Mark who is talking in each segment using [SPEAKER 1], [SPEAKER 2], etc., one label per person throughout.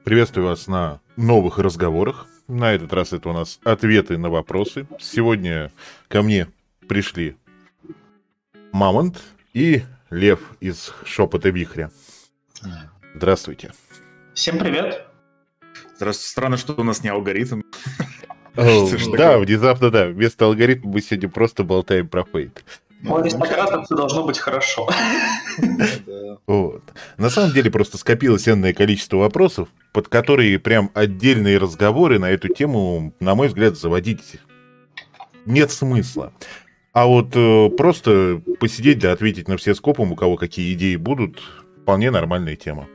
[SPEAKER 1] Приветствую вас на новых разговорах. На этот раз это у нас ответы на вопросы. Сегодня ко мне пришли Мамонт и Лев из Шепота Вихря. Здравствуйте.
[SPEAKER 2] Всем привет.
[SPEAKER 3] Здравствуйте. Странно, что у нас не алгоритм.
[SPEAKER 1] Да, внезапно, да. Вместо алгоритма мы сегодня просто болтаем про фейт.
[SPEAKER 2] У аристократов все должно быть хорошо.
[SPEAKER 1] Вот. На самом деле просто скопилось энное количество вопросов, под которые прям отдельные разговоры на эту тему, на мой взгляд, заводить нет смысла. А вот просто посидеть да ответить на все скопом, у кого какие идеи будут, вполне нормальная тема.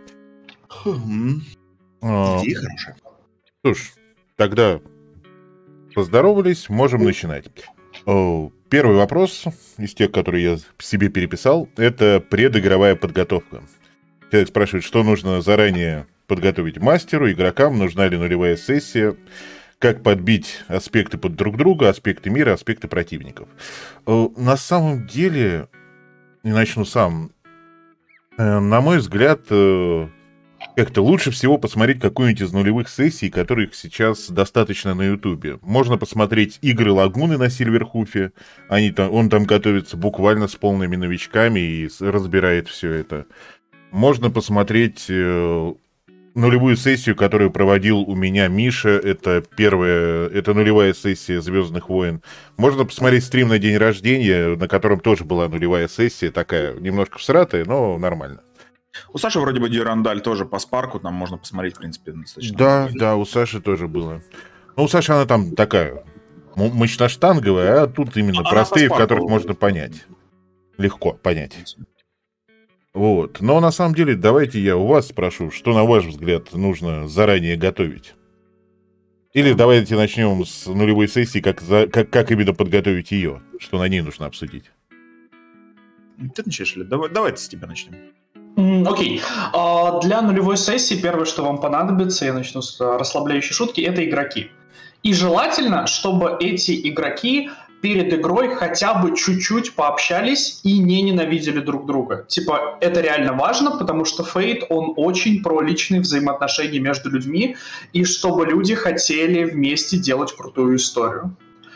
[SPEAKER 3] Идея хорошая.
[SPEAKER 1] Что ж, тогда поздоровались, можем начинать. Первый вопрос из тех, которые я себе переписал, это предыгровая подготовка. Человек спрашивает, что нужно заранее подготовить мастеру, игрокам, нужна ли нулевая сессия, как подбить аспекты под друг друга, аспекты мира, аспекты противников. На самом деле, не начну сам, на мой взгляд, как-то лучше всего посмотреть какую-нибудь из нулевых сессий, которых сейчас достаточно на Ютубе. Можно посмотреть игры Лагуны на Сильверхуфе. Он там готовится буквально с полными новичками и разбирает все это. Можно посмотреть нулевую сессию, которую проводил у меня Миша. Это нулевая сессия «Звездных войн». Можно посмотреть стрим на день рождения, на котором тоже была нулевая сессия. Такая немножко всратая, но нормально.
[SPEAKER 3] У Саши вроде бы Дюрандаль тоже по спарку, там можно посмотреть, в принципе, достаточно.
[SPEAKER 1] Да, у Саши тоже было. Ну, у Саши она там такая мощноштанговая, а тут именно простые, в которых можно понять. Легко понять. Вот. Но на самом деле, давайте я у вас спрошу, что, на ваш взгляд, нужно заранее готовить? Или давайте начнем с нулевой сессии, как именно подготовить ее, что на ней нужно обсудить.
[SPEAKER 3] Ты начнешь, или давайте с тебя начнем.
[SPEAKER 2] Окей. Для нулевой сессии первое, что вам понадобится, я начну с расслабляющей шутки, это игроки. И желательно, чтобы эти игроки перед игрой хотя бы чуть-чуть пообщались и не ненавидели друг друга. Типа, это реально важно, потому что Fate, он очень про личные взаимоотношения между людьми, и чтобы люди хотели вместе делать крутую историю.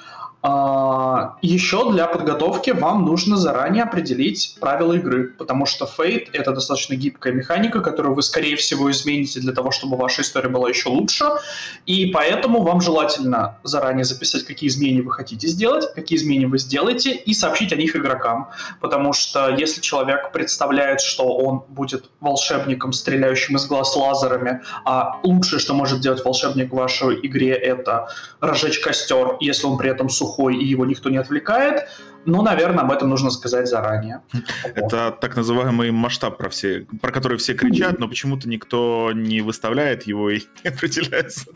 [SPEAKER 2] Еще для подготовки вам нужно заранее определить правила игры, потому что Fate — это достаточно гибкая механика, которую вы, скорее всего, измените для того, чтобы ваша история была еще лучше, и поэтому вам желательно заранее записать, какие изменения вы хотите сделать, какие изменения вы сделаете, и сообщить о них игрокам, потому что если человек представляет, что он будет волшебником, стреляющим из глаз лазерами, а лучшее, что может делать волшебник в вашей игре, это разжечь костер, если он при этом сухой, и его никто не отвлекает, ну, наверное, об этом нужно сказать заранее.
[SPEAKER 3] Это так называемый масштаб, про который все кричат, но почему-то никто не выставляет его и не определяется.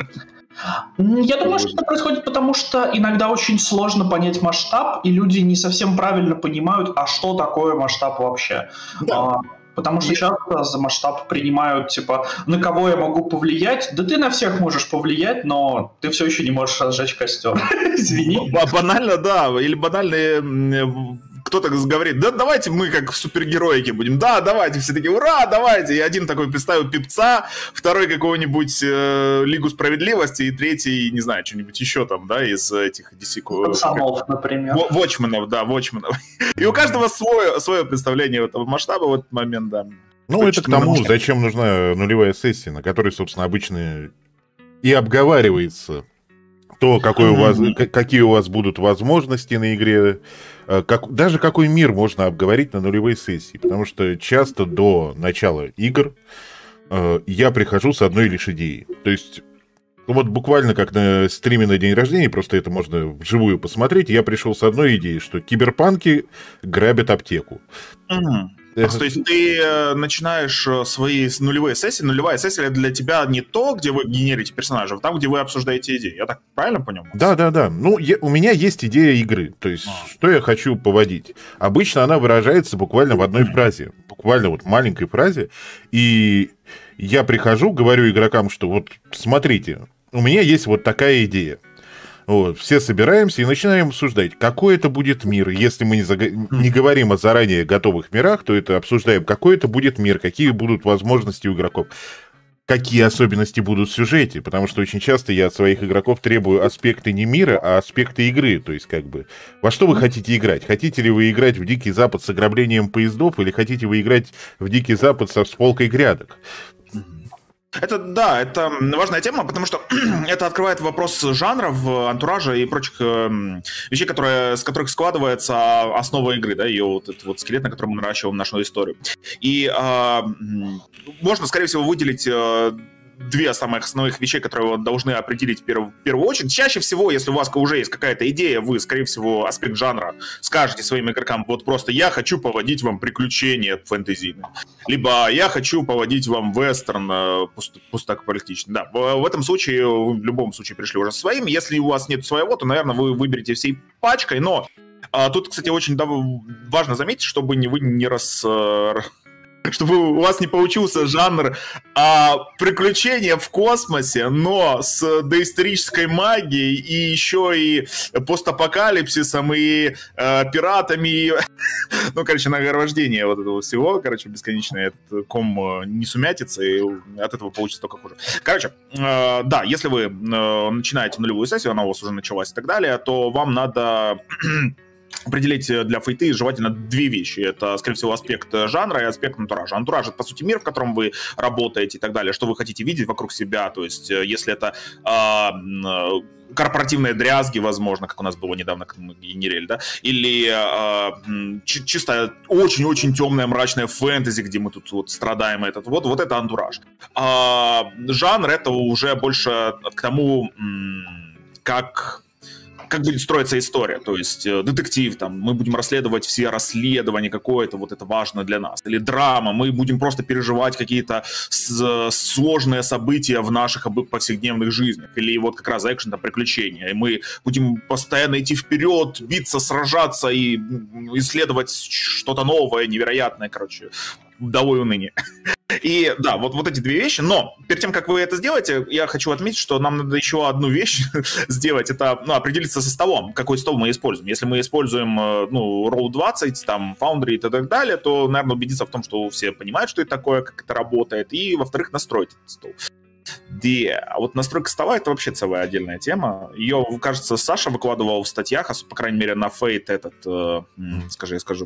[SPEAKER 2] Я думаю, что это происходит потому, что иногда очень сложно понять масштаб, и люди не совсем правильно понимают, а что такое масштаб вообще. Да. Потому что часто за масштаб принимают, типа, на кого я могу повлиять? Да ты на всех можешь повлиять, но ты все еще не можешь разжечь костер. Извини.
[SPEAKER 3] Банально, да. Или банально кто-то говорит, да давайте мы как в супергероике будем. Да, давайте. Все такие, ура, давайте. И один такой представил Пипца, второй какого-нибудь Лигу Справедливости, и третий, не знаю, что-нибудь еще там, да, из этих DC...
[SPEAKER 2] Пацанов, например.
[SPEAKER 3] Watchmen'ов. И у каждого свое представление этого масштаба в этот момент, да.
[SPEAKER 1] Ну, это к тому, зачем нужна нулевая сессия, на которой, собственно, обычно и обговаривается то, какие у вас будут возможности на игре, даже какой мир можно обговорить на нулевой сессии. Потому что часто до начала игр я прихожу с одной лишь идеей. То есть, вот буквально как на стриме на день рождения, просто это можно вживую посмотреть, я пришел с одной идеей, что киберпанки грабят аптеку.
[SPEAKER 3] То есть ты начинаешь свои нулевые сессии. Нулевая сессия для тебя не то, где вы генерите персонажей, а там, где вы обсуждаете идеи. Я так правильно понял?
[SPEAKER 1] Да. Ну, у меня есть идея игры. То есть, что я хочу поводить. Обычно она выражается буквально в одной фразе. Буквально вот маленькой фразе. И я прихожу, говорю игрокам, что вот смотрите, у меня есть вот такая идея. Вот, все собираемся и начинаем обсуждать, какой это будет мир. Если мы не говорим о заранее готовых мирах, то это обсуждаем, какой это будет мир, какие будут возможности у игроков. какие особенности будут в сюжете, потому что очень часто я от своих игроков требую аспекты не мира, а аспекты игры, то есть как бы во что вы хотите играть? Хотите ли вы играть в Дикий Запад с ограблением поездов или хотите вы играть в Дикий Запад со всполкой грядок?
[SPEAKER 3] Это, да, это важная тема, потому что это открывает вопрос жанров, антуража и прочих вещей, с которых складывается основа игры, да, ее вот этот вот скелет, на котором мы наращиваем нашу историю. И можно, скорее всего, выделить две самых основных вещей, которые вы должны определить в первую очередь. Чаще всего, если у вас уже есть какая-то идея, вы, скорее всего, аспект жанра скажете своим игрокам, вот просто я хочу поводить вам приключения фэнтезийные, либо я хочу поводить вам вестерн постапокалиптичный. Да, в этом случае, вы в любом случае пришли уже со своим. Если у вас нет своего, то, наверное, вы выберете всей пачкой, но тут, кстати, очень важно заметить, чтобы вы не чтобы у вас не получился жанр приключения в космосе, но с доисторической магией и еще и постапокалипсисом, и пиратами, и, ну, короче, нагромождение вот этого всего, короче, бесконечный этот ком не сумятится, и от этого получится только хуже. Короче, да, если вы начинаете нулевую сессию, она у вас уже началась и так далее, то вам надо определить для фейты желательно две вещи. Это, скорее всего, аспект жанра и аспект антуража. Антураж — это, по сути, мир, в котором вы работаете и так далее, что вы хотите видеть вокруг себя. То есть, если это корпоративные дрязги, возможно, как у нас было недавно, как мы генерили, да, или чисто очень-очень темное мрачное фэнтези, где мы тут вот страдаем, вот это антураж. Жанр — это уже больше к тому, как будет строиться история, то есть детектив, там, мы будем расследовать все расследования какое-то, вот это важно для нас, или драма, мы будем просто переживать какие-то сложные события в наших повседневных жизнях, или вот как раз экшен, там, приключения, и мы будем постоянно идти вперед, биться, сражаться и исследовать что-то новое, невероятное, короче, долой уныние. И да, вот эти две вещи, но перед тем, как вы это сделаете, я хочу отметить, что нам надо еще одну вещь сделать, это определиться со столом, какой стол мы используем. Если мы используем, Roll20, там, Foundry и так далее, то, наверное, убедиться в том, что все понимают, что это такое, как это работает, и, во-вторых, настроить этот стол. А вот настройка стола — это вообще целая отдельная тема. Ее, кажется, Саша выкладывал в статьях, по крайней мере, на Fate этот, я скажу.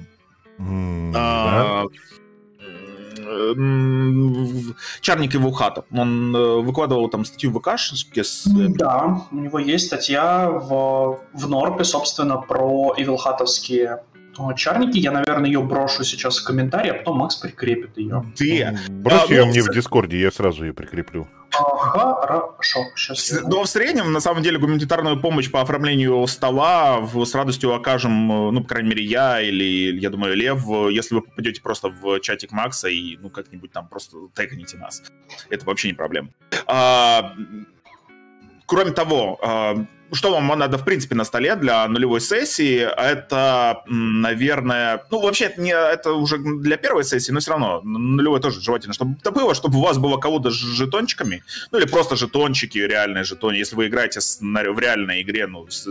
[SPEAKER 3] Чарник его хата. Он выкладывал там статью в ВКшке.
[SPEAKER 2] Да, у него есть статья в Норпе, собственно, про Ивилхатовские чарники. Я, наверное, ее брошу сейчас в комментарии, а потом Макс прикрепит ее.
[SPEAKER 1] Брось ее мне в Дискорде, я сразу ее прикреплю.
[SPEAKER 2] Хорошо.
[SPEAKER 3] Но в среднем, на самом деле, гуманитарную помощь по оформлению стола с радостью окажем, по крайней мере, я или, я думаю, Лев, если вы попадете просто в чатик Макса и, как-нибудь там просто тегните нас. Это вообще не проблема. Кроме того, что вам надо, в принципе, на столе для нулевой сессии, это, наверное, вообще это уже для первой сессии, но все равно нулевой тоже желательно, чтобы это было, чтобы у вас было колода с жетончиками, или просто жетончики, реальные жетоны. Если вы играете в реальной игре,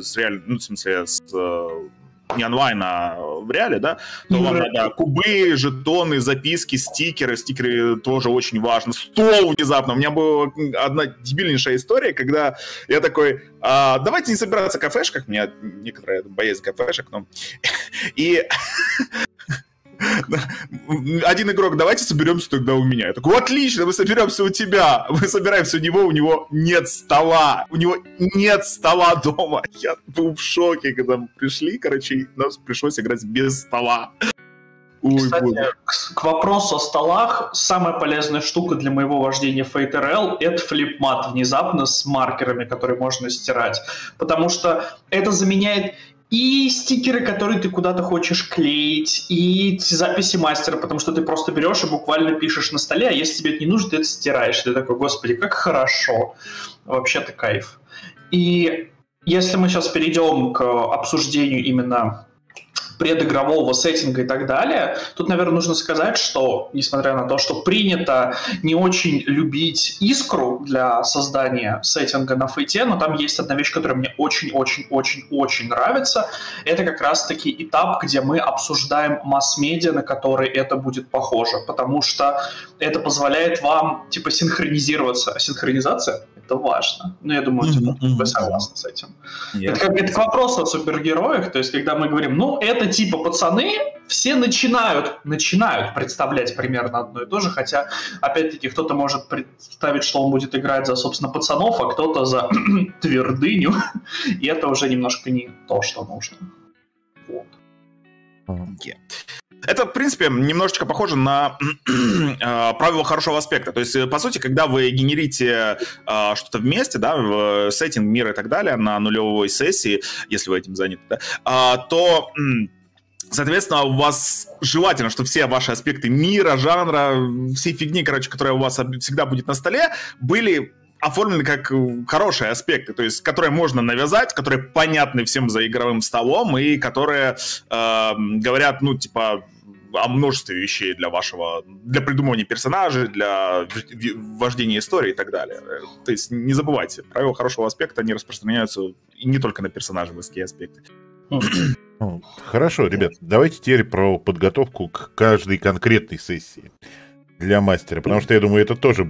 [SPEAKER 3] не онлайн, а в реале, да, то вам надо кубы, жетоны, записки, стикеры. Стикеры тоже очень важно. Стол внезапно. У меня была одна дебильнейшая история, когда я такой, давайте не собираться в кафешках. У меня некоторые боязнь кафешек, но... И... Один игрок, давайте соберемся тогда у меня. Я такой, отлично, мы соберемся у тебя. Мы собираемся у него нет стола. У него нет стола дома. Я был в шоке, когда мы пришли, короче, нам пришлось играть без стола.
[SPEAKER 2] Кстати, к вопросу о столах, самая полезная штука для моего вождения Fate RL — это флипмат внезапно с маркерами, которые можно стирать. Потому что это заменяет и стикеры, которые ты куда-то хочешь клеить, и записи мастера, потому что ты просто берешь и буквально пишешь на столе, а если тебе это не нужно, ты это стираешь. Ты такой, господи, как хорошо. Вообще-то кайф. И если мы сейчас перейдем к обсуждению именно предыгрового сеттинга и так далее. Тут, наверное, нужно сказать, что, несмотря на то, что принято не очень любить Искру для создания сеттинга на Фейте, но там есть одна вещь, которая мне очень-очень-очень-очень нравится. Это как раз-таки этап, где мы обсуждаем масс-медиа, на который это будет похоже, потому что это позволяет вам, типа, синхронизироваться. А синхронизация — это важно. Ну, я думаю, типа, вы согласны с этим. Это к вопросу о супергероях, то есть, когда мы говорим, ну, это типа пацаны, все начинают представлять примерно одно и то же, хотя, опять-таки, кто-то может представить, что он будет играть за, собственно, пацанов, а кто-то за твердыню, и это уже немножко не то, что нужно. Вот.
[SPEAKER 3] Это, в принципе, немножечко похоже на правило хорошего аспекта. То есть, по сути, когда вы генерите что-то вместе, да, в сеттинг, мир и так далее, на нулевой сессии, если вы этим заняты, да, то, соответственно, у вас желательно, чтобы все ваши аспекты мира, жанра, всей фигни, короче, которая у вас всегда будет на столе, были оформлены как хорошие аспекты, то есть которые можно навязать, которые понятны всем за игровым столом и которые говорят, ну, типа, о множестве вещей для придумывания персонажей, для вождения истории и так далее. То есть не забывайте, правила хорошего аспекта, они распространяются и не только на персонажевские аспекты.
[SPEAKER 1] Хорошо, ребят, давайте теперь про подготовку к каждой конкретной сессии для мастера, потому что я думаю, это тоже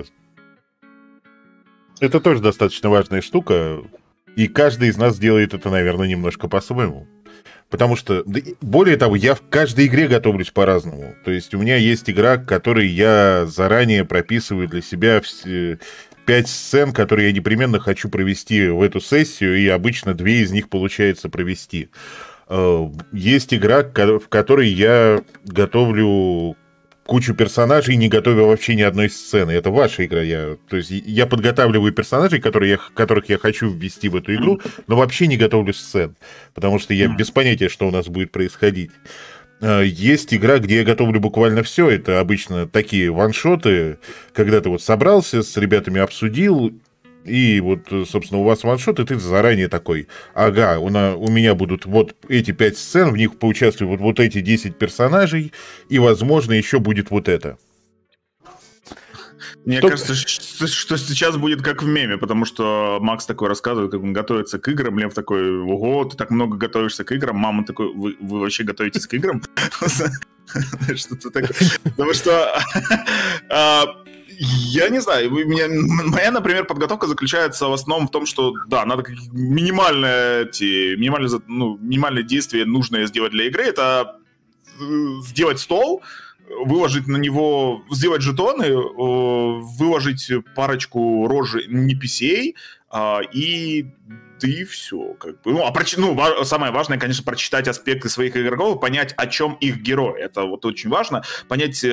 [SPEAKER 1] достаточно важная штука, и каждый из нас делает это, наверное, немножко по-своему. Потому что, более того, я в каждой игре готовлюсь по-разному. То есть у меня есть игра, в которой я заранее прописываю для себя 5 сцен, которые я непременно хочу провести в эту сессию, и обычно 2 из них получается провести. Есть игра, в которой я готовлю кучу персонажей, не готовя вообще ни одной сцены. Это ваша игра. То есть я подготавливаю персонажей, которых я хочу ввести в эту игру, но вообще не готовлю сцен, потому что я без понятия, что у нас будет происходить. Есть игра, где я готовлю буквально все. Это обычно такие ваншоты, когда ты вот собрался, с ребятами обсудил, и вот, собственно, у вас ваншот, и ты заранее такой, ага, у меня будут вот эти 5 сцен, в них поучаствуют вот эти 10 персонажей, и, возможно, еще будет вот это.
[SPEAKER 3] Мне кажется, что сейчас будет как в меме, потому что Макс такой рассказывает, как он готовится к играм, Лев такой, ого, ты так много готовишься к играм, мама такой, вы вообще готовитесь к играм? Что-то такое. Потому что... Я не знаю, моя, например, подготовка заключается в основном в том, что, да, надо минимальные действия нужное сделать для игры, это сделать стол, выложить на него, сделать жетоны, выложить парочку рож NPC, и все. Самое важное, конечно, прочитать аспекты своих игроков, понять, о чем их герой. Это вот очень важно, понять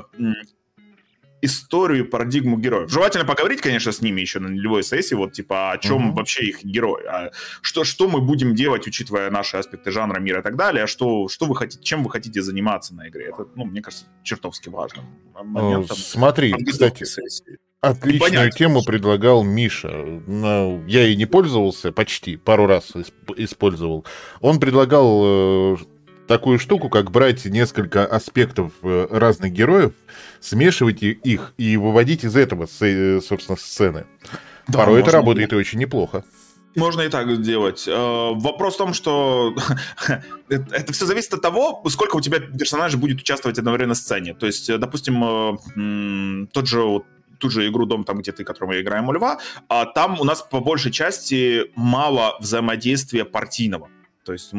[SPEAKER 3] историю, парадигму героев. Желательно поговорить, конечно, с ними еще на нулевой сессии, вот типа о чем вообще их герой, что мы будем делать, учитывая наши аспекты жанра, мира и так далее, что вы хотите, чем вы хотите заниматься на игре. Это, мне кажется, чертовски важным моментом.
[SPEAKER 1] Смотри, кстати, отличную тему предлагал Миша. Я и не пользовался, почти пару раз использовал. Он предлагал такую штуку, как брать несколько аспектов разных героев, смешивать их и выводить из этого, собственно, сцены. Да, порой это работает и очень неплохо.
[SPEAKER 3] Можно и так сделать. Вопрос в том, что это все зависит от того, сколько у тебя персонажей будет участвовать одновременно в сцене. То есть, допустим, ту же игру «Дом», там, где которую мы играем у Льва, там у нас по большей части мало взаимодействия партийного. То есть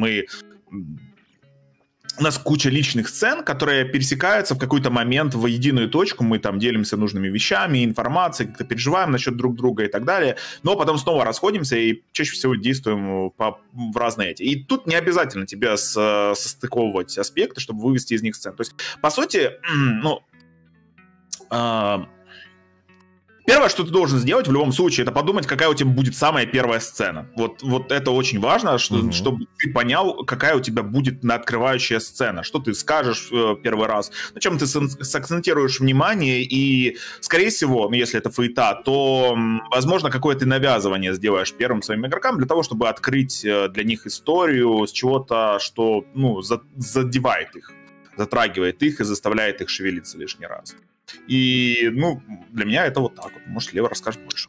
[SPEAKER 3] у нас куча личных сцен, которые пересекаются в какой-то момент в единую точку, мы там делимся нужными вещами, информацией, как-то переживаем насчет друг друга и так далее, но потом снова расходимся и чаще всего действуем в разные эти. И тут не обязательно тебе состыковывать аспекты, чтобы вывести из них сцену. То есть, по сути, Первое, что ты должен сделать в любом случае, это подумать, какая у тебя будет самая первая сцена. Вот это очень важно, чтобы ты понял, какая у тебя будет открывающая сцена, что ты скажешь первый раз, на чем ты сакцентируешь внимание, и, скорее всего, если это фейта, то, возможно, какое-то навязывание сделаешь первым своим игрокам для того, чтобы открыть для них историю с чего-то, что, задевает их, затрагивает их и заставляет их шевелиться лишний раз. И, для меня это вот так вот. Может, Лева расскажет больше.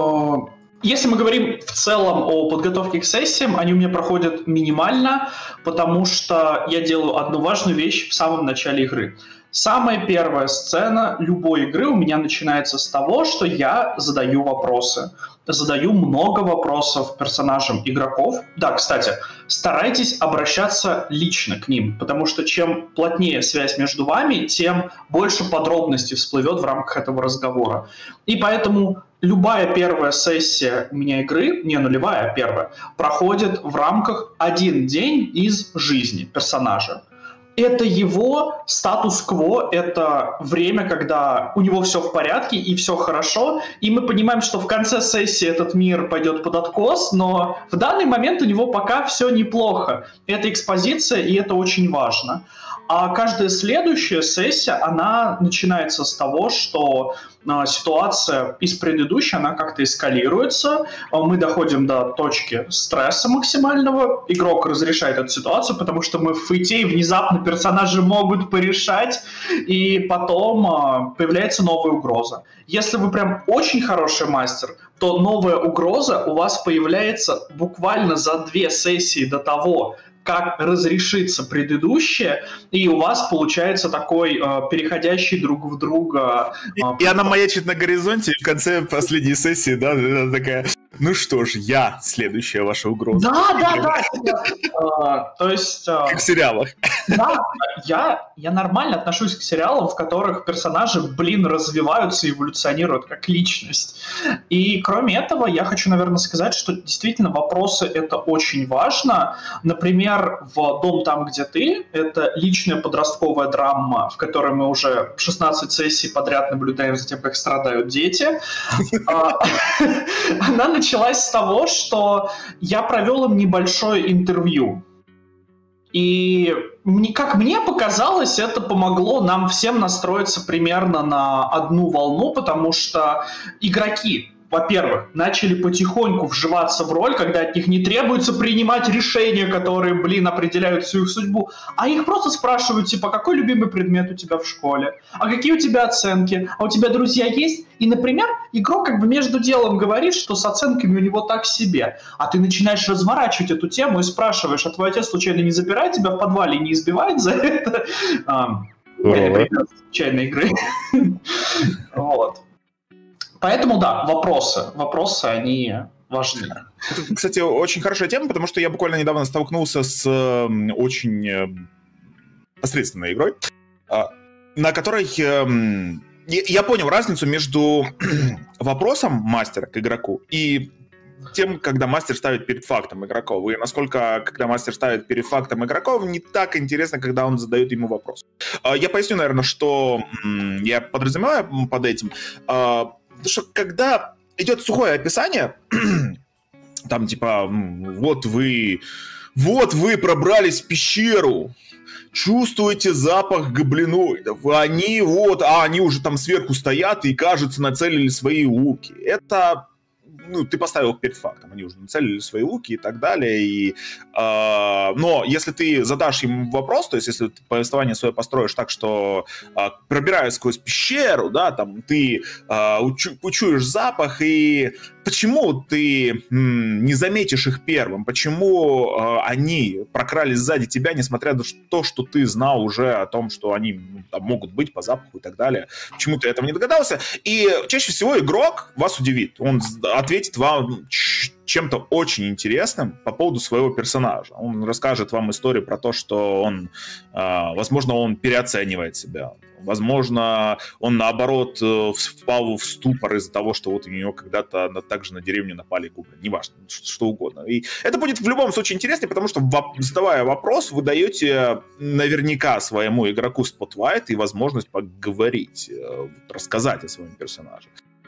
[SPEAKER 2] Если мы говорим в целом о подготовке к сессиям, они у меня проходят минимально, потому что я делаю одну важную вещь в самом начале игры. Самая первая сцена любой игры у меня начинается с того, что я задаю вопросы. Задаю много вопросов персонажам игроков. Да, кстати, старайтесь обращаться лично к ним, потому что чем плотнее связь между вами, тем больше подробностей всплывет в рамках этого разговора. И поэтому любая первая сессия у меня игры, не нулевая, а первая, проходит в рамках 1 день из жизни персонажа. Это его статус-кво, это время, когда у него все в порядке и все хорошо, и мы понимаем, что в конце сессии этот мир пойдет под откос, но в данный момент у него пока все неплохо. Это экспозиция, и это очень важно. А каждая следующая сессия, она начинается с того, что ситуация из предыдущей, она как-то эскалируется, мы доходим до точки стресса максимального, игрок разрешает эту ситуацию, потому что мы в фейте, и внезапно персонажи могут порешать, и потом появляется новая угроза. Если вы прям очень хороший мастер, то новая угроза у вас появляется буквально за 2 сессии до того, как разрешится предыдущее, и у вас получается такой переходящий друг в друга...
[SPEAKER 3] И она маячит на горизонте, и в конце последней сессии, да, она такая, ну что ж, я следующая ваша угроза.
[SPEAKER 2] Да. То есть...
[SPEAKER 3] Как в сериалах.
[SPEAKER 2] Да, я нормально отношусь к сериалам, в которых персонажи, развиваются и эволюционируют как личность. И кроме этого, я хочу, наверное, сказать, что действительно вопросы — это очень важно. Например, в «Дом там, где ты» — это личная подростковая драма, в которой мы уже 16 сессий подряд наблюдаем за тем, как страдают дети. Она началась с того, что я провел им небольшое интервью. И, как мне показалось, это помогло нам всем настроиться примерно на одну волну, потому что игроки, во-первых, начали потихоньку вживаться в роль, когда от них не требуется принимать решения, которые, определяют всю их судьбу, а их просто спрашивают, какой любимый предмет у тебя в школе, а какие у тебя оценки, а у тебя друзья есть? И, например, игрок между делом говорит, что с оценками у него так себе, а ты начинаешь разворачивать эту тему и спрашиваешь, а твой отец случайно не запирает тебя в подвале и не избивает за это? Случайной игры. Вот. Поэтому, да, вопросы, они важны.
[SPEAKER 3] Это, кстати, очень хорошая тема, потому что я буквально недавно столкнулся с очень посредственной игрой, на которой я понял разницу между вопросом мастера к игроку и тем, когда мастер ставит перед фактом игроков. И насколько, когда мастер ставит перед фактом игроков, не так интересно, когда он задает ему вопрос. Я поясню, наверное, что я подразумеваю под этим. Потому что когда идет сухое описание, там вот вы пробрались в пещеру, чувствуете запах гоблиноидов, они уже там сверху стоят и, кажется, нацелили свои луки. Это... ты поставил их перед фактом, они уже нацелили свои луки и так далее. Но если ты задашь им вопрос, то есть если ты повествование свое построишь так, что пробираясь сквозь пещеру, да, там ты учуешь запах, и почему ты не заметишь их первым? Почему они прокрались сзади тебя, несмотря на то, что ты знал уже о том, что они могут быть по запаху и так далее? Почему ты этого не догадался? И чаще всего игрок вас удивит. Он ответит вам чем-то очень интересным по поводу своего персонажа. Он расскажет вам историю про то, что он, возможно, он переоценивает себя. Возможно, он, наоборот, впал в ступор из-за того, что вот у него когда-то также на деревню напали гоблины. Неважно, что угодно. И это будет в любом случае интереснее, потому что, задавая вопрос, вы даете наверняка своему игроку спотлайт и возможность поговорить, рассказать о своем персонаже.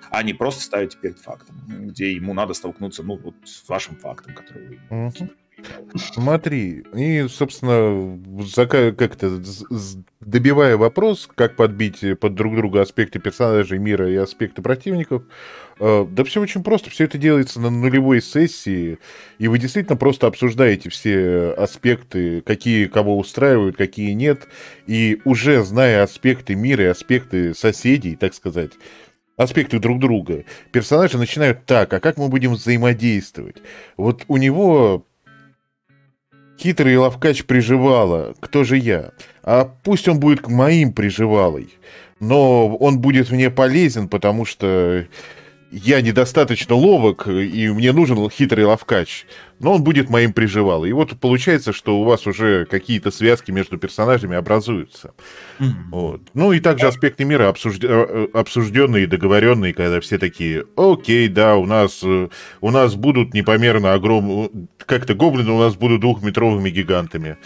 [SPEAKER 3] а не просто ставите перед фактом, где ему надо столкнуться, ну, вот с вашим фактом, который вы...
[SPEAKER 1] Смотри, и, собственно, как-то добивая вопрос, как подбить под друг друга аспекты персонажей мира и аспекты противников, да все очень просто. Все это делается на нулевой сессии, и вы действительно просто обсуждаете все аспекты, какие кого устраивают, какие нет, и уже зная аспекты мира и аспекты соседей, так сказать, аспекты друг друга, персонажи начинают так, а как мы будем взаимодействовать? Вот у него... Хитрый ловкач приживала. Кто же я? А пусть он будет к моим приживалой. Но он будет мне полезен, потому что я недостаточно ловок, и мне нужен хитрый ловкач. Но он будет моим приживалой. И вот получается, что у вас уже какие-то связки между персонажами образуются. Вот. Ну и также аспекты мира обсужденные и договоренные, когда все такие: окей, да, у нас будут непомерно огромные... Как-то гоблины у нас будут 2-метровыми гигантами.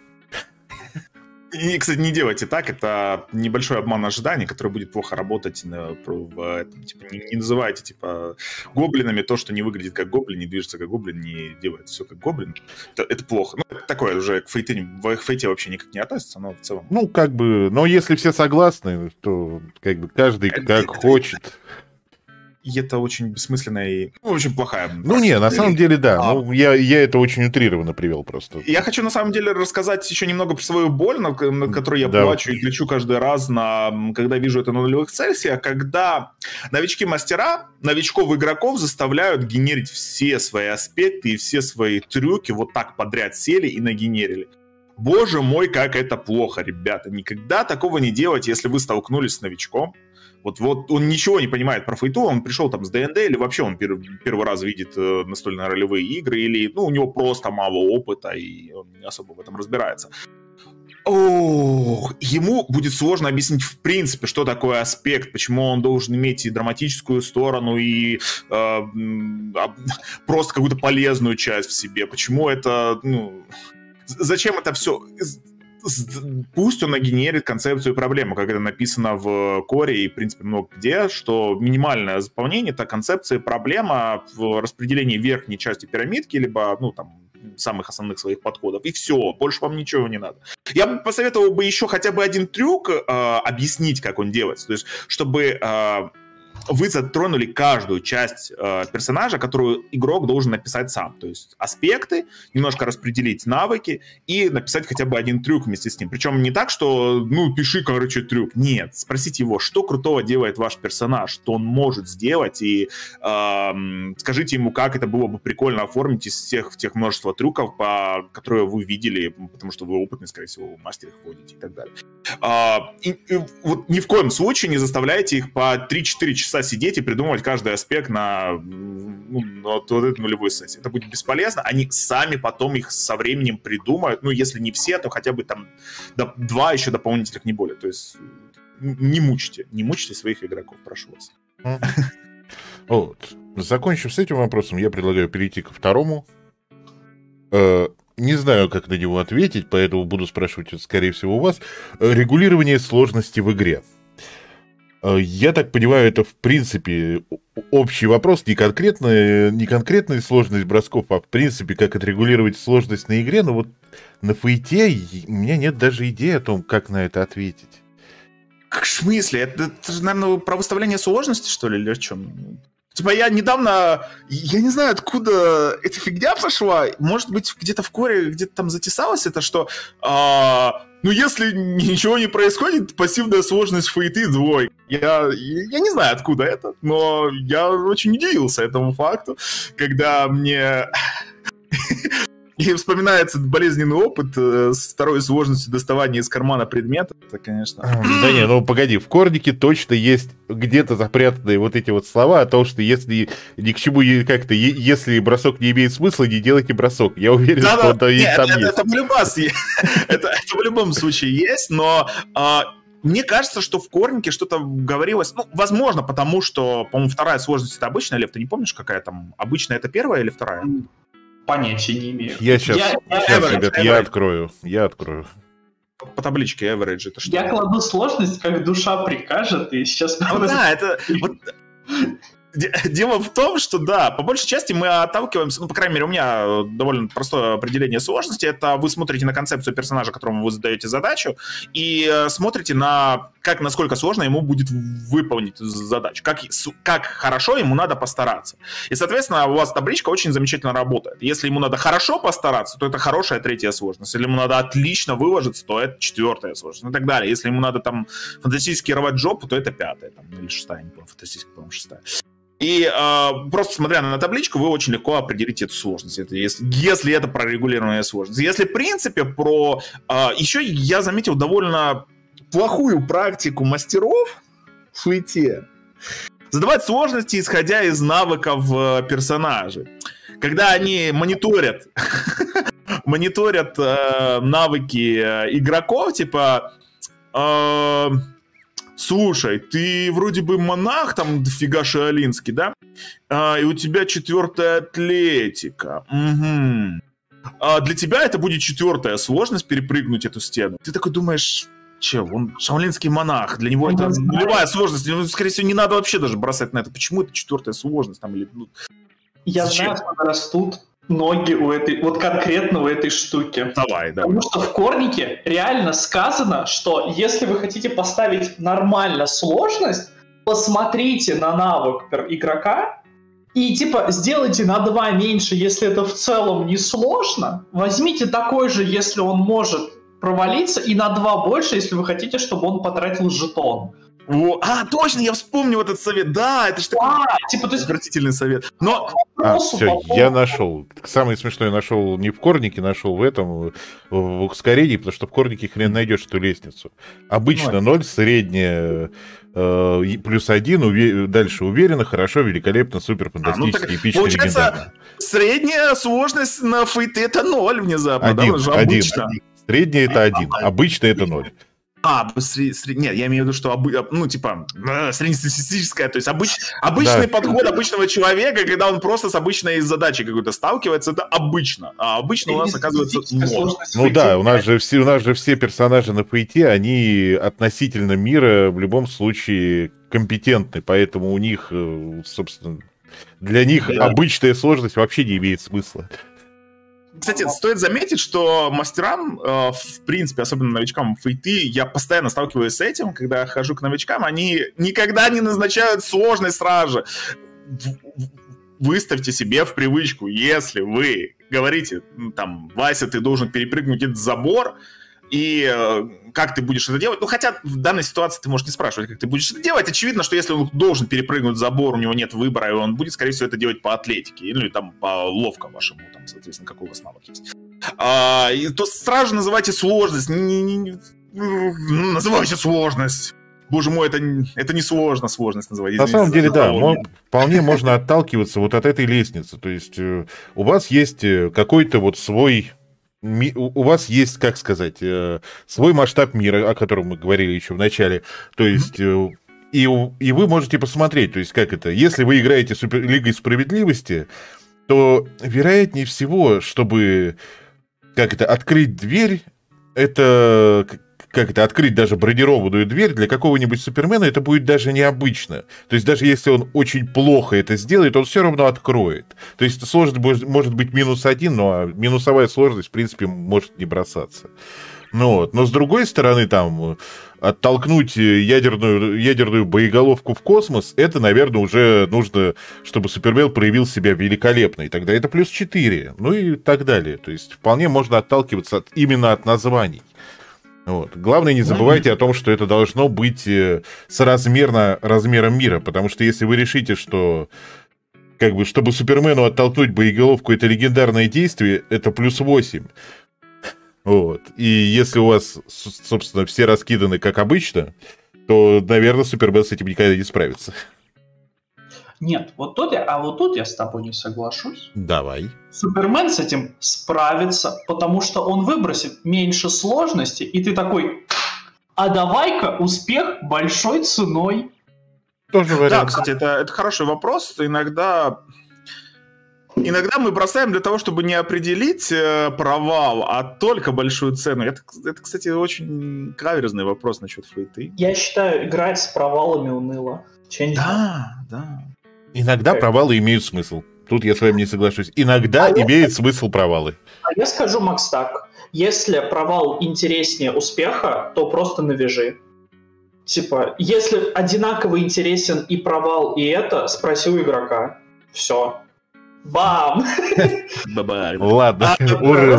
[SPEAKER 3] И, кстати, не делайте так, это небольшой обман ожиданий, который будет плохо работать. Типа, не называйте типа гоблинами то, что не выглядит как гоблин, не движется как гоблин, не делает все как гоблин. Это плохо. Ну, это такое уже в фейте вообще никак не относится, но в целом...
[SPEAKER 1] Ну, как бы, но если все согласны, то как бы каждый как хочет.
[SPEAKER 3] И это очень бессмысленная и, ну, очень плохая.
[SPEAKER 1] Ну, не, на самом деле, да. Ну, я это очень утрированно привел просто.
[SPEAKER 3] Я хочу, на самом деле, рассказать еще немного про свою боль, над которой я плачу и кричу каждый раз, когда вижу это на нулевых сессиях, когда новички-мастера, новичков-игроков заставляют генерить все свои аспекты и все свои трюки, вот так подряд сели и нагенерили. Боже мой, как это плохо, ребята. Никогда такого не делайте, если вы столкнулись с новичком. Вот он ничего не понимает про фейту, он пришел там с ДНД, или вообще он первый раз видит настольные ролевые игры, или у него просто мало опыта, и он не особо в этом разбирается. Ему будет сложно объяснить в принципе, что такое аспект, почему он должен иметь и драматическую сторону, и просто какую-то полезную часть в себе, почему это, зачем это все... Пусть он нагенерит концепцию проблемы, как это написано в коре и, в принципе, много где, что минимальное заполнение — это концепция проблема в распределении верхней части пирамидки, либо, самых основных своих подходов, и все, больше вам ничего не надо. Я бы посоветовал бы еще хотя бы один трюк объяснить, как он делается, то есть, чтобы... вы затронули каждую часть персонажа, которую игрок должен написать сам. То есть аспекты, немножко распределить навыки и написать хотя бы один трюк вместе с ним. Причем не так, что, пиши, трюк. Нет, спросите его, что крутого делает ваш персонаж, что он может сделать, и скажите ему, как это было бы прикольно оформить из всех тех множества трюков, которые вы видели, потому что вы опытный, скорее всего, в мастерах ходите и так далее. И вот ни в коем случае не заставляйте их по 3-4 часа сидеть и придумывать каждый аспект на вот эту нулевую сессию. Это будет бесполезно. Они сами потом их со временем придумают. Если не все, то хотя бы там 2 еще дополнительных, не более. То есть не мучите своих игроков, прошу вас.
[SPEAKER 1] Вот. Закончив с этим вопросом, я предлагаю перейти ко второму. Не знаю, как на него ответить, поэтому буду спрашивать, скорее всего, у вас. Регулирование сложности в игре. Я так понимаю, это в принципе общий вопрос, не конкретная сложность бросков, а в принципе, как отрегулировать сложность на игре. Но вот на фейте у меня нет даже идеи о том, как на это ответить.
[SPEAKER 3] Как в смысле? Это же, наверное, про выставление сложности, что ли, или о чем? Типа я недавно, я не знаю, откуда эта фигня пошла, может быть, где-то в коре, где-то там затесалось это, что, если ничего не происходит, пассивная сложность фейты 2. Я не знаю, откуда это, но я очень удивился этому факту, когда мне... И вспоминается болезненный опыт с второй сложностью доставания из кармана предмета. Это, конечно...
[SPEAKER 1] Да не, погоди, в корнике точно есть где-то запрятанные вот эти вот слова о том, что если ни к чему как-то, если бросок не имеет смысла, не делайте бросок. Я уверен, что он там есть.
[SPEAKER 3] Это в любом случае есть, но... Мне кажется, что в корнике что-то говорилось... возможно, потому что, по-моему, вторая сложность — это обычная, Лев, ты не помнишь, какая там? Обычная — это первая или вторая?
[SPEAKER 2] Понятия не имею.
[SPEAKER 1] Я сейчас, ребят, я открою.
[SPEAKER 3] По табличке average это что?
[SPEAKER 2] Я кладу сложность, как душа прикажет, и сейчас...
[SPEAKER 3] Да, это... Дело в том, что да, по большей части мы отталкиваемся, ну, по крайней мере, у меня довольно простое определение сложности. Это вы смотрите на концепцию персонажа, которому вы задаете задачу, и смотрите на насколько сложно ему будет выполнить задачу, как хорошо ему надо постараться. И, соответственно, у вас табличка очень замечательно работает. Если ему надо хорошо постараться, то это хорошая 3-я сложность. Если ему надо отлично выложиться, то это 4-я сложность, и так далее. Если ему надо там фантастически рвать жопу, то это 5-я, там, или 6-я, не помню, фантастически, по-моему, 6-я. И просто смотря на табличку, вы очень легко определите эту сложность, если это прорегулированная сложность. Если, в принципе, еще я заметил довольно плохую практику мастеров в фейте задавать сложности, исходя из навыков персонажей. Когда они мониторят навыки игроков, типа... Слушай, ты вроде бы монах, там дофига шаолинский, да? И у тебя 4-я атлетика. Угу. Для тебя это будет 4-я сложность перепрыгнуть эту стену. Ты такой думаешь, он шаолинский монах, для него это нулевая сложность. Скорее всего, не надо вообще даже бросать на это. Почему это 4-я сложность? Там, или,
[SPEAKER 2] Я знаю, откуда растут ноги вот конкретно у этой штуки.
[SPEAKER 3] Давай.
[SPEAKER 2] Потому что в Корнике реально сказано, что если вы хотите поставить нормально сложность, посмотрите на навык игрока и типа сделайте на 2 меньше, если это в целом не сложно. Возьмите такой же, если он может провалиться, и на 2 больше, если вы хотите, чтобы он потратил жетон.
[SPEAKER 3] Точно, я вспомнил этот совет. Да, это же такой отвратительный совет. Но...
[SPEAKER 1] Все, я нашел. Самое смешное нашел не в Корнике, нашел в этом, в ускорении, потому что в Корнике хрен найдешь эту лестницу. Обычно 0, средняя +1, дальше уверенно, хорошо, великолепно, супер, фантастически, эпично,
[SPEAKER 3] получается,
[SPEAKER 1] легендарно.
[SPEAKER 3] Средняя сложность на фейте это 0 внезапно.
[SPEAKER 1] 1. Средняя это 1, обычно это 0.
[SPEAKER 3] Нет, я имею в виду, что, среднестатистическая, то есть обычный подход обычного человека, когда он просто с обычной задачей какой-то сталкивается, это обычно. А обычно у нас оказывается 0.
[SPEAKER 1] Ну да, у нас же все персонажи на фейте, они относительно мира в любом случае компетентны, поэтому у них, собственно, для них обычная сложность вообще не имеет смысла.
[SPEAKER 3] Кстати, стоит заметить, что мастерам, в принципе, особенно новичкам фейты, я постоянно сталкиваюсь с этим, когда я хожу к новичкам, они никогда не назначают сложность сразу же. Выставьте себе в привычку, если вы говорите, там, Вася, ты должен перепрыгнуть этот забор, и как ты будешь это делать? Ну, хотя в данной ситуации ты можешь не спрашивать, как ты будешь это делать. Очевидно, что если он должен перепрыгнуть забор, у него нет выбора, и он будет, скорее всего, это делать по атлетике, или там по ловко вашему, там, соответственно, какой у вас навык есть. То сразу же называйте сложность. Называйте сложность. Боже мой, это не сложно, сложность называть.
[SPEAKER 1] На самом деле, да, вполне можно отталкиваться вот от этой лестницы. То есть у вас есть какой-то вот свой... У вас есть, как сказать, свой масштаб мира, о котором мы говорили еще в начале. То есть, и вы можете посмотреть, то есть, как это, если вы играете Лигой Справедливости, то, вероятнее всего, чтобы, открыть дверь, открыть даже бронированную дверь для какого-нибудь Супермена, это будет даже необычно. То есть даже если он очень плохо это сделает, он все равно откроет. То есть сложность может быть -1, но минусовая сложность, в принципе, может не бросаться. Но с другой стороны, там, оттолкнуть ядерную боеголовку в космос, это, наверное, уже нужно, чтобы Супермен проявил себя великолепно. И тогда это +4, ну и так далее. То есть вполне можно отталкиваться именно от названий. Вот. Главное, не забывайте о том, что это должно быть соразмерно размером мира, потому что если вы решите, что чтобы Супермену оттолкнуть боеголовку, это легендарное действие, это +8. Вот. И если у вас, собственно, все раскиданы как обычно, то, наверное, Супермен с этим никогда не справится.
[SPEAKER 2] Нет, вот тут я с тобой не соглашусь.
[SPEAKER 1] Давай.
[SPEAKER 2] Супермен с этим справится, потому что он выбросит меньше сложности, и ты такой, а давай-ка успех большой ценой.
[SPEAKER 1] Тоже вариант.
[SPEAKER 3] Да, кстати, это хороший вопрос. Иногда мы бросаем для того, чтобы не определить провал, а только большую цену. Это, кстати, очень каверзный вопрос насчет фейты.
[SPEAKER 2] Я считаю, играть с провалами уныло.
[SPEAKER 3] Да.
[SPEAKER 1] Иногда провалы имеют смысл. Тут я с вами не соглашусь. Иногда имеет смысл провалы.
[SPEAKER 2] А я скажу, Макс, так. Если провал интереснее успеха, то просто навяжи. Типа, если одинаково интересен и провал, и это, спроси у игрока. Все. Бам!
[SPEAKER 1] Ладно, уже.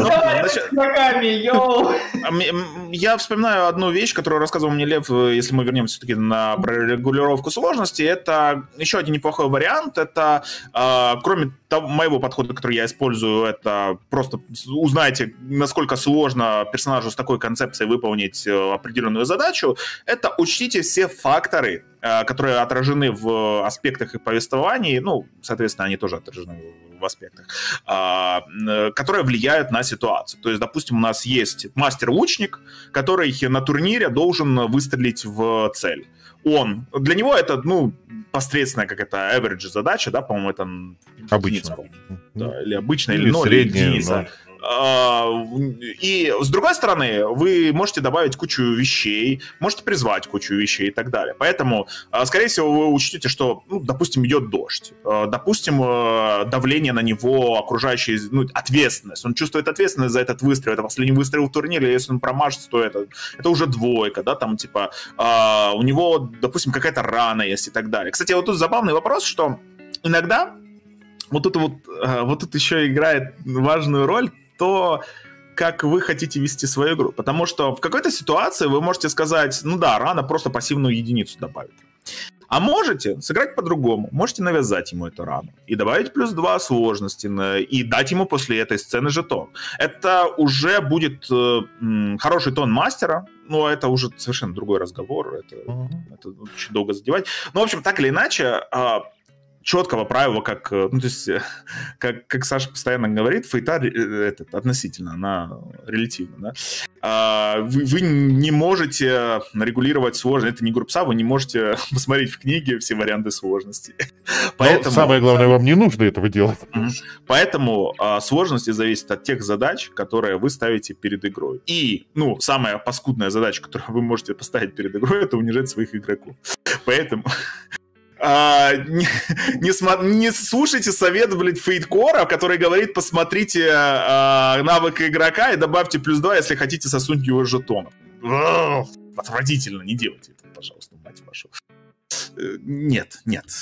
[SPEAKER 3] Я вспоминаю одну вещь, которую рассказывал мне Лев, если мы вернемся все-таки на регулировку сложности. Это еще один неплохой вариант. Это, кроме того, моего подхода, который я использую, это просто узнайте, насколько сложно персонажу с такой концепцией выполнить определенную задачу. Это учтите все факторы, которые отражены в аспектах и повествовании, ну, соответственно, они тоже отражены в аспектах, которые влияют на ситуацию. То есть, допустим, у нас есть мастер-лучник, который на турнире должен выстрелить в цель. Для него это, ну, посредственная какая-то average задача, да, по-моему, это
[SPEAKER 1] обычно.
[SPEAKER 3] Да, или обычная, или 0, или единица. И с другой стороны, вы можете добавить кучу вещей, можете призвать кучу вещей и так далее. Поэтому, скорее всего, вы учтете, что, ну, допустим, идет дождь, допустим, давление на него, окружающее, ну, ответственность. Он чувствует ответственность за этот выстрел. Это последний выстрел в турнире, если он промажется, то это уже двойка, да, там, типа, у него, допустим, какая-то рана есть и так далее. Кстати, вот тут забавный вопрос, что иногда вот тут еще играет важную роль то, как вы хотите вести свою игру. Потому что в какой-то ситуации вы можете сказать, ну да, рано просто пассивную единицу добавить. А можете сыграть по-другому. Можете навязать ему эту рану и добавить +2 сложности и дать ему после этой сцены жетон. Это уже будет хороший тон мастера, но это уже совершенно другой разговор. Это очень долго задевать. Но, в общем, так или иначе, четкого правила, как, ну, то есть, как Саша постоянно говорит, фейта относительно, она релятивна, да? Вы не можете регулировать сложность, это не группса, вы не можете посмотреть в книге все варианты сложности.
[SPEAKER 1] Поэтому, самое главное, вам не нужно этого делать.
[SPEAKER 3] Поэтому сложности зависят от тех задач, которые вы ставите перед игрой. И, ну, самая паскудная задача, которую вы можете поставить перед игрой, это унижать своих игроков. Поэтому... Не слушайте совет, блядь, фейткора, который говорит, посмотрите навык игрока и добавьте +2, если хотите сосунуть его жетонов. Отвратительно, не делайте это, пожалуйста, мать вашу. Нет.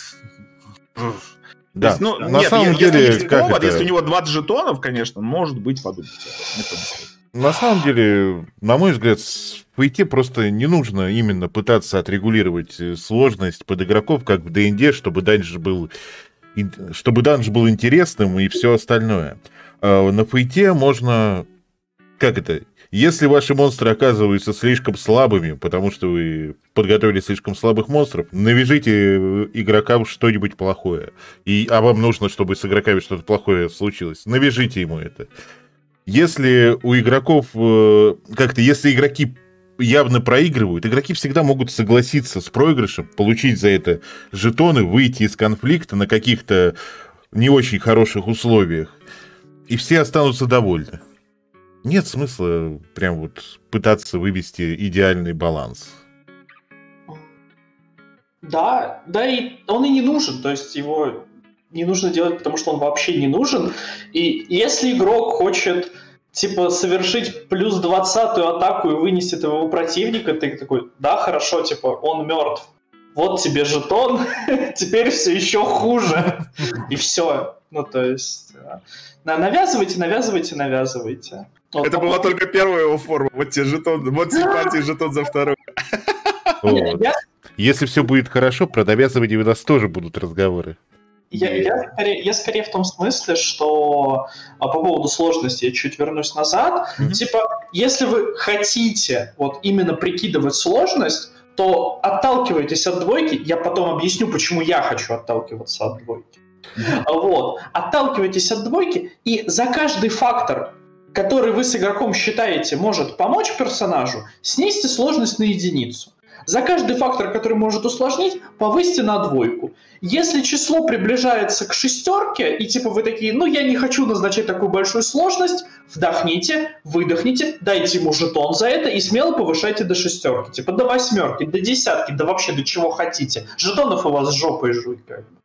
[SPEAKER 1] Да,
[SPEAKER 3] есть, ну,
[SPEAKER 1] на самом деле,
[SPEAKER 3] если у него 20 жетонов, конечно, может быть, подумайте.
[SPEAKER 1] На самом деле, на мой взгляд, в фейте просто не нужно именно пытаться отрегулировать сложность под игроков, как в ДНД, чтобы данж был интересным и все остальное. На фейте можно... Если ваши монстры оказываются слишком слабыми, потому что вы подготовили слишком слабых монстров, навяжите игрокам что-нибудь плохое. А вам нужно, чтобы с игроками что-то плохое случилось. Навяжите ему это. Если у игроков если игроки явно проигрывают, игроки всегда могут согласиться с проигрышем, получить за это жетоны, выйти из конфликта на каких-то не очень хороших условиях, и все останутся довольны. Нет смысла прям вот пытаться вывести идеальный баланс.
[SPEAKER 2] Да, и он и не нужен, то есть его не нужно делать, потому что он вообще не нужен. И если игрок хочет, типа, совершить +20-ю атаку и вынести твоего противника, ты такой, да, хорошо, типа, он мертв. Вот тебе жетон, теперь все еще хуже. И все. Ну, то есть, навязывайте.
[SPEAKER 3] Это была только первая его форма. Вот тебе жетон, вот симпатии жетон за вторую.
[SPEAKER 1] Если все будет хорошо, про навязывание у нас тоже будут разговоры.
[SPEAKER 2] Я скорее в том смысле, что по поводу сложности я чуть вернусь назад. Типа, если вы хотите вот именно прикидывать сложность, то отталкивайтесь от двойки. Я потом объясню, почему я хочу отталкиваться от двойки. Вот. Отталкивайтесь от двойки, и за каждый фактор, который вы с игроком считаете может помочь персонажу, снизьте сложность на единицу. За каждый фактор, который может усложнить, повысьте на 2. Если число приближается к 6, и типа вы такие, ну я не хочу назначать такую большую сложность, вдохните, выдохните, дайте ему жетон за это и смело повышайте до 6, типа до 8, до 10, да вообще до чего хотите. Жетонов у вас жопой жуть как бы.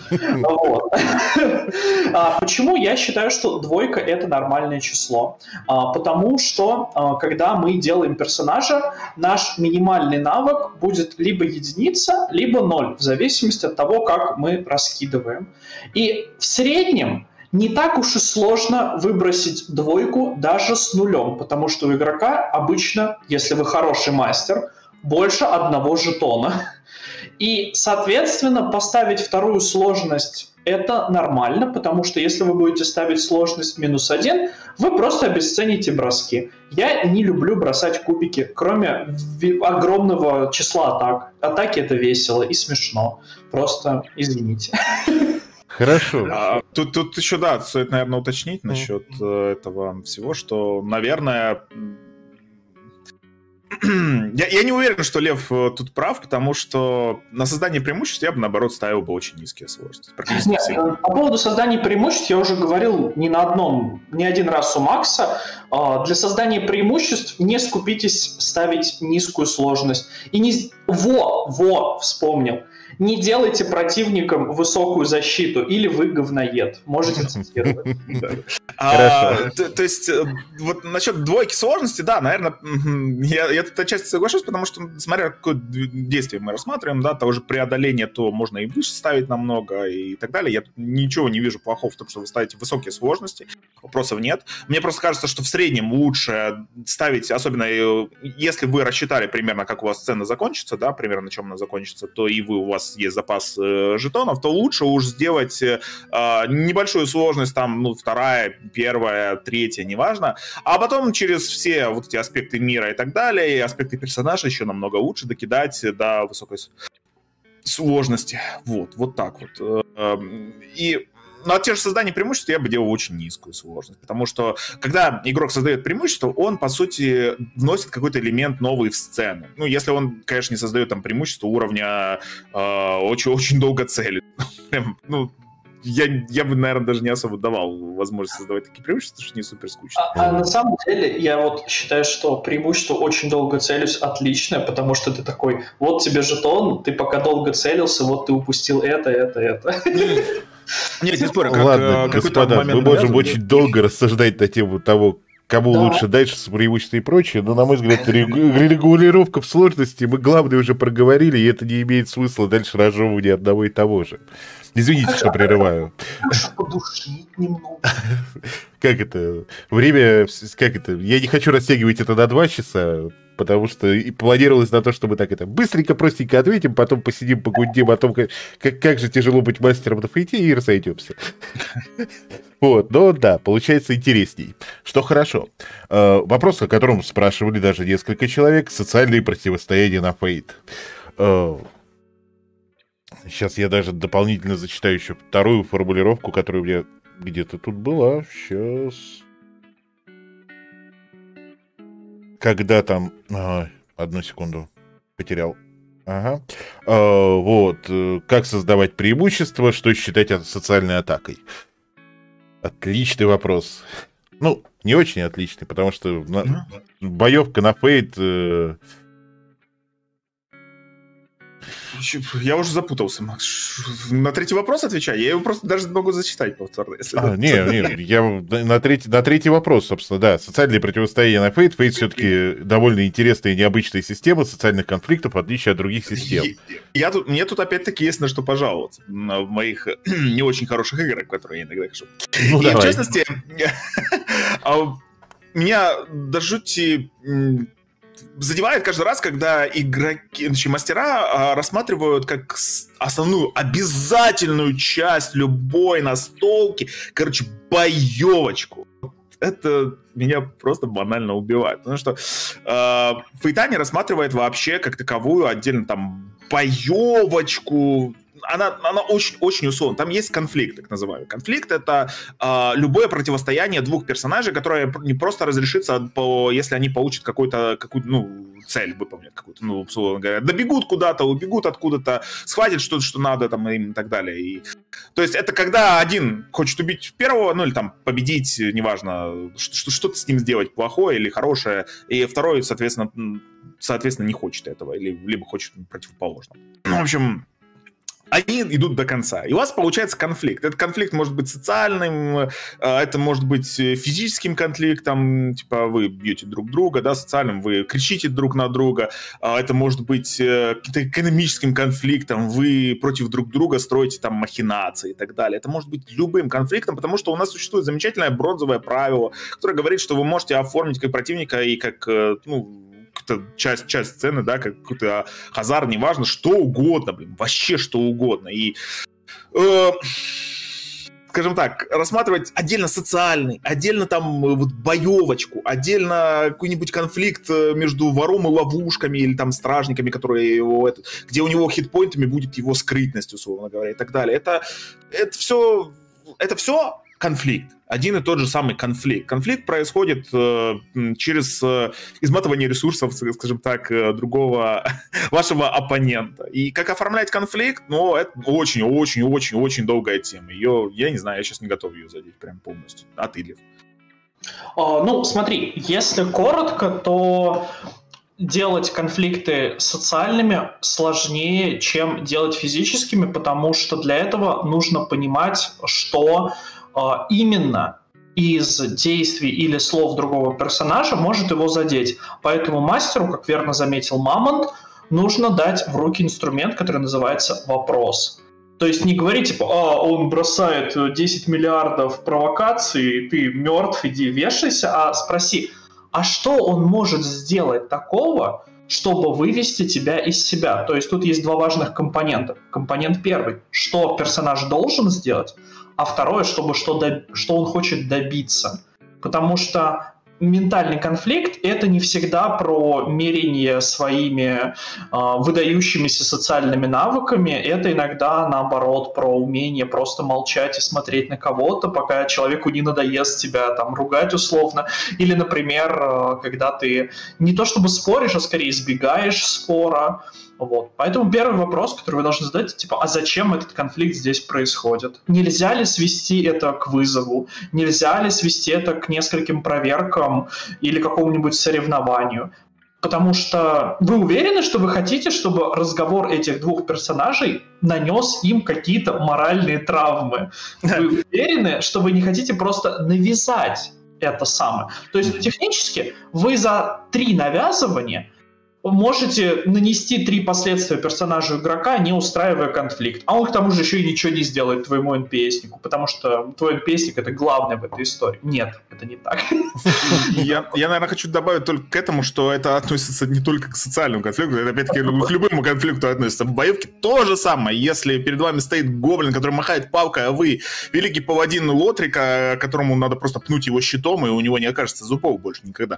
[SPEAKER 2] Почему я считаю, что 2 — это нормальное число? Потому что, когда мы делаем персонажа, наш минимальный навык будет либо 1, либо 0, в зависимости от того, как мы раскидываем. И в среднем не так уж и сложно выбросить 2 даже с 0, потому что у игрока обычно, если вы хороший мастер, больше 1 жетона. И, соответственно, поставить 2 сложность – это нормально, потому что если вы будете ставить сложность -1, вы просто обесцените броски. Я не люблю бросать кубики, кроме огромного числа атак. Атаки – это весело и смешно. Просто извините.
[SPEAKER 1] Хорошо.
[SPEAKER 3] Тут еще, да, стоит, наверное, уточнить насчет этого всего, что, наверное... Я не уверен, что Лев тут прав, потому что на создание преимуществ я бы, наоборот, ставил бы очень низкие сложности.
[SPEAKER 2] Нет, по поводу создания преимуществ я уже говорил не один раз у Макса. Для создания преимуществ не скупитесь ставить низкую сложность. И не... вспомнил. Не делайте противникам высокую защиту, или вы говноед. Можете цитировать.
[SPEAKER 3] То есть, вот насчет 2 сложности, да, наверное, я тут отчасти соглашусь, потому что, смотря какое действие мы рассматриваем, да, того же преодоления, то можно и выше ставить намного, и так далее. Я тут ничего не вижу плохого в том, что вы ставите высокие сложности, вопросов нет. Мне просто кажется, что в среднем лучше ставить, особенно если вы рассчитали примерно, как у вас сцена закончится, да, примерно на чем она закончится, то и у вас есть запас жетонов, то лучше уж сделать небольшую сложность, там, 2, 1, 3, неважно, а потом через все вот эти аспекты мира и так далее, и аспекты персонажа еще намного лучше докидать до высокой сложности. Вот так вот. И на те же создания преимуществ я бы делал очень низкую сложность, потому что когда игрок создает преимущество, он, по сути, вносит какой-то элемент новый в сцену. Ну, если он, конечно, не создает там преимущество уровня очень долго целит. Я бы, наверное, даже не особо давал возможность создавать такие преимущества, потому что не супер скучно.
[SPEAKER 2] На самом деле, я вот считаю, что преимущество очень долго целюсь отличное, потому что ты такой, вот тебе жетон, ты пока долго целился, вот ты упустил это.
[SPEAKER 3] Нет, не спорю.
[SPEAKER 1] Ладно, господа, мы можем очень долго рассуждать на тему того, кому лучше дальше с преимуществом и прочее, но, на мой взгляд, регулировка в сложности, мы главное уже проговорили, и это не имеет смысла дальше разжевывания одного и того же. Извините, что прерываю.
[SPEAKER 2] Подушнить немного.
[SPEAKER 1] Как это? Время... Как это? Я не хочу растягивать это на 2 часа, потому что и планировалось на то, что мы так это быстренько, простенько ответим, потом посидим, погудим о том, как же тяжело быть мастером на фейте, и разойдемся. Вот, но да, получается интересней. Что хорошо. Вопрос, о котором спрашивали даже несколько человек, социальные противостояния на фейт. Сейчас я даже дополнительно зачитаю еще 2-ю формулировку, которая у меня где-то тут была. Сейчас. Когда там... одну секунду. Потерял. Ага. Вот. Как создавать преимущество, что считать социальной атакой? Отличный вопрос. Ну, не очень отличный, потому что боевка на фейт...
[SPEAKER 3] Я уже запутался, Макс. На 3-й вопрос отвечай? Я его просто даже могу зачитать повторно.
[SPEAKER 1] Я на третий вопрос, собственно, да. Социальные противостояния на Фейт. Фейт все-таки довольно интересная и необычная система социальных конфликтов, в отличие от других систем.
[SPEAKER 3] Мне тут опять-таки есть на что пожаловаться в моих не очень хороших играх, в которые я иногда хожу. И в частности, меня до жути... задевает каждый раз, когда игроки, мастера рассматривают как основную обязательную часть любой настолки, боевочку. Это меня просто банально убивает. Потому что Фейта не рассматривает вообще как таковую отдельно там боевочку. она очень условна. Там есть конфликт, так называемый. Конфликт — это любое противостояние двух персонажей, которое не просто разрешится, если они получат какую-то цель, выполнят какую-то, условно говоря, добегут куда-то, убегут откуда-то, схватят что-то, что надо там им и так далее. То есть это когда один хочет убить первого, или там победить, неважно, что-то с ним сделать плохое или хорошее, и второй, соответственно, не хочет этого, либо хочет противоположного. В общем, они идут до конца. И у вас получается конфликт. Этот конфликт может быть социальным, это может быть физическим конфликтом, типа вы бьете друг друга, да, социальным, вы кричите друг на друга. Это может быть каким-то экономическим конфликтом, вы против друг друга строите там махинации и так далее. Это может быть любым конфликтом, потому что у нас существует замечательное бронзовое правило, которое говорит, что вы можете оформить как противника и как, часть сцены, да, как какой-то хазар, неважно, что угодно, вообще что угодно. И, скажем так, рассматривать отдельно социальный, отдельно там боевочку, отдельно какой-нибудь конфликт между вором и ловушками или там стражниками, которые его, где у него хитпоинтами будет его скрытность, условно говоря, и так далее. Это все конфликт. Один и тот же самый конфликт. Конфликт происходит через изматывание ресурсов, скажем так, другого вашего оппонента. И как оформлять конфликт, это очень-очень-очень-очень долгая тема. Ее, я не знаю, я сейчас не готов ее задеть прям полностью. А ты, Лев?
[SPEAKER 2] Смотри, если коротко, то делать конфликты социальными сложнее, чем делать физическими, потому что для этого нужно понимать, что именно из действий или слов другого персонажа может его задеть. Поэтому мастеру, как верно заметил Мамонт, нужно дать в руки инструмент, который называется «вопрос». То есть не говори, типа, он бросает 10 миллиардов провокаций, ты мертв, иди вешайся, а спроси, а что он может сделать такого, чтобы вывести тебя из себя? То есть тут есть два важных компонента. Компонент первый, что персонаж должен сделать, а второе, что он хочет добиться. Потому что ментальный конфликт — это не всегда про мерение своими выдающимися социальными навыками, это иногда, наоборот, про умение просто молчать и смотреть на кого-то, пока человеку не надоест тебя там ругать условно. Или, например, когда ты не то чтобы споришь, а скорее избегаешь спора. Вот. Поэтому первый вопрос, который вы должны задать, типа, а зачем этот конфликт здесь происходит? Нельзя ли свести это к вызову? Нельзя ли свести это к нескольким проверкам или какому-нибудь соревнованию? Потому что вы уверены, что вы хотите, чтобы разговор этих двух персонажей нанес им какие-то моральные травмы? Вы уверены, что вы не хотите просто навязать это самое? То есть технически вы за 3 навязывания можете нанести 3 последствия персонажу игрока, не устраивая конфликт. А он к тому же еще и ничего не сделает твоему NPS-нику, потому что твой NPS-ник — это главное в этой истории. Нет, это не так.
[SPEAKER 3] Я, наверное, хочу добавить только к этому, что это относится не только к социальному конфликту, это опять-таки к любому конфликту относится. В боевке то же самое. Если перед вами стоит гоблин, который махает палкой, а вы великий паладин Лотрика, которому надо просто пнуть его щитом, и у него не окажется зубов больше никогда,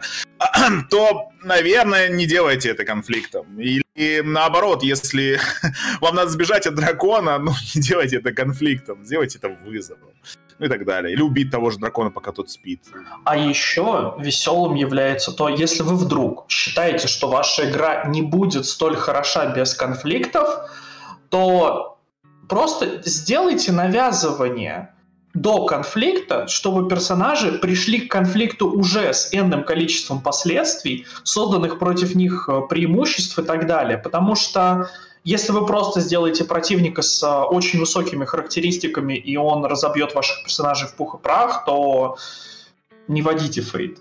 [SPEAKER 3] то, наверное, не делайте это конфликтом. Или наоборот, если вам надо сбежать от дракона, не делайте это конфликтом, сделайте это вызовом. И так далее. Или убить того же дракона, пока тот спит.
[SPEAKER 2] А еще веселым является то, если вы вдруг считаете, что ваша игра не будет столь хороша без конфликтов, то просто сделайте навязывание до конфликта, чтобы персонажи пришли к конфликту уже с энным количеством последствий, созданных против них преимуществ и так далее. Потому что если вы просто сделаете противника с очень высокими характеристиками, и он разобьет ваших персонажей в пух и прах, то не водите фейт.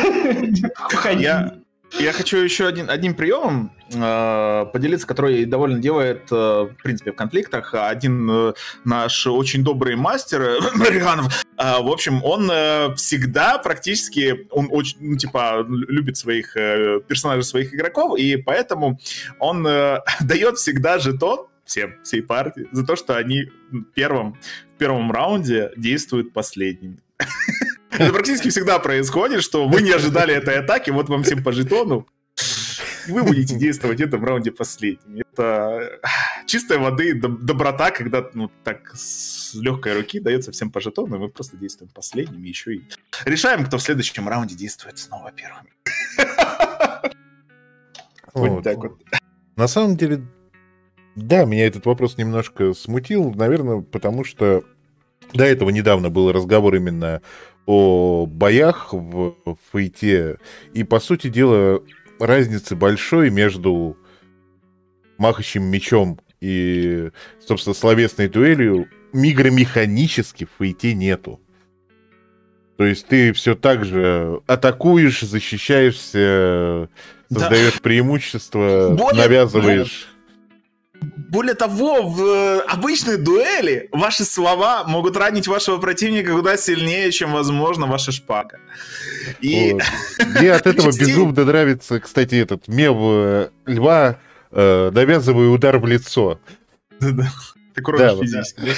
[SPEAKER 3] Я хочу еще одним приемом поделиться, который довольно делает, в принципе, в конфликтах. Один наш очень добрый мастер, Риганов, в общем, он всегда практически, он очень, любит своих персонажей, своих игроков, и поэтому он дает всегда жетон всей партии за то, что они в первом раунде действуют последними. Это практически всегда происходит, что вы не ожидали этой атаки, вот вам всем по жетону, и вы будете действовать в этом раунде последним. Это чистой воды доброта, когда ну, так с легкой руки дается всем по жетону, и мы просто действуем последними, еще и решаем, кто в следующем раунде действует снова первыми. Вот так вот.
[SPEAKER 1] На самом деле, да, меня этот вопрос немножко смутил, наверное, потому что до этого недавно был разговор именно о боях в фейте, и, по сути дела, разницы большой между махающим мечом и, собственно, словесной дуэлью микромеханически в фейте нету. То есть ты все так же атакуешь, защищаешься, создаешь преимущество, навязываешь...
[SPEAKER 3] Более того, в обычной дуэли ваши слова могут ранить вашего противника куда сильнее, чем, возможно, ваша шпага. И...
[SPEAKER 1] Мне от этого безумно нравится, кстати, этот мем льва, навязываю удар в лицо.
[SPEAKER 3] Так урон же физически.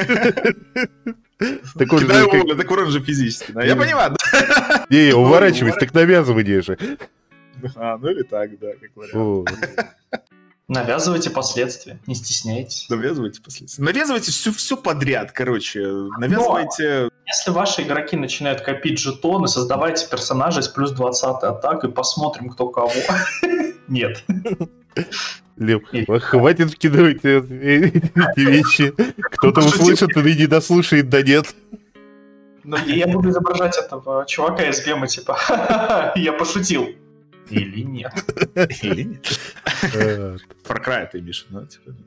[SPEAKER 3] Так урон же физически. Я понимаю.
[SPEAKER 1] Не, уворачивайся, так навязывание же.
[SPEAKER 3] Ну или так, да, как вариант.
[SPEAKER 2] Навязывайте последствия, не стесняйтесь.
[SPEAKER 3] Навязывайте последствия. Навязывайте все подряд, короче. Навязывайте...
[SPEAKER 2] Но если ваши игроки начинают копить жетоны, создавайте персонажей с плюс 20 атак и посмотрим, кто кого. Нет.
[SPEAKER 1] Лев, хватит вкидывать эти вещи. Кто-то услышит и не дослушает, да нет.
[SPEAKER 2] Ну, я буду изображать этого чувака из гема, типа, я пошутил. Или нет.
[SPEAKER 3] Или нет. Far Cry ты имеешь, да?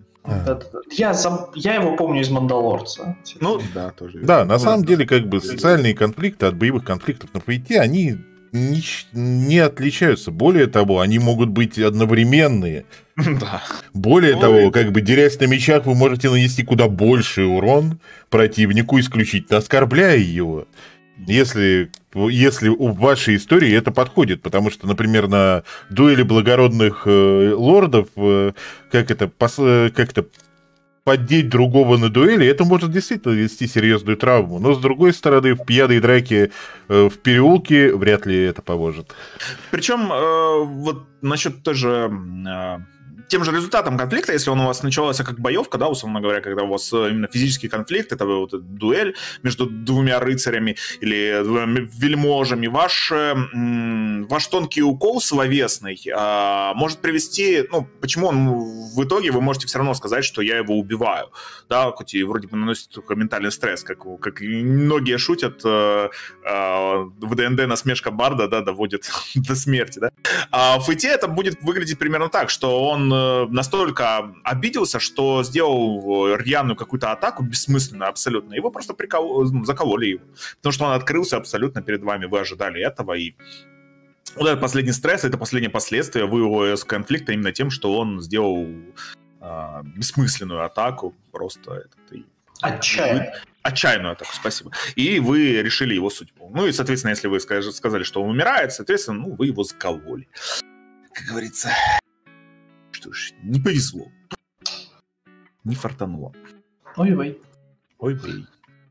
[SPEAKER 2] Я его помню из Мандалорца.
[SPEAKER 3] Ну, да, тоже.
[SPEAKER 1] Да, на самом деле, как бы социальные конфликты от боевых конфликтов на фейте, они не отличаются. Более того, они могут быть одновременные.
[SPEAKER 3] Да.
[SPEAKER 1] Более того, как бы дерясь на мечах, вы можете нанести куда больший урон противнику, исключительно оскорбляя его. Если в вашей истории это подходит, потому что, например, на дуэли благородных лордов, как это поддеть другого на дуэли, это может действительно вести серьезную травму. Но, с другой стороны, в пьяной драке в переулке вряд ли это поможет.
[SPEAKER 3] Причем, вот насчет тоже... тем же результатом конфликта, если он у вас начался как боевка, да, условно говоря, когда у вас именно физический конфликт, это вот дуэль между двумя рыцарями или двумя вельможами, ваш тонкий укол словесный может привести, ну, почему он в итоге вы можете все равно сказать, что я его убиваю, да, хоть и вроде бы наносит только ментальный стресс, как и многие шутят, в ДНД насмешка барда, да, доводит до смерти, да. А в фейте это будет выглядеть примерно так, что он настолько обиделся, что сделал рьяную какую-то атаку, бессмысленную абсолютно, и вы просто закололи его. Потому что он открылся абсолютно перед вами, вы ожидали этого, и вот этот последний стресс, это последнее последствие вывела из конфликта именно тем, что он сделал бессмысленную атаку, просто отчаянную атаку, спасибо. И вы решили его судьбу. Ну и, соответственно, если вы сказали, что он умирает, соответственно, ну, вы его закололи. Как говорится... Что ж, не повезло. Не фартануло.
[SPEAKER 2] Ой-вей.
[SPEAKER 3] Ой-вей.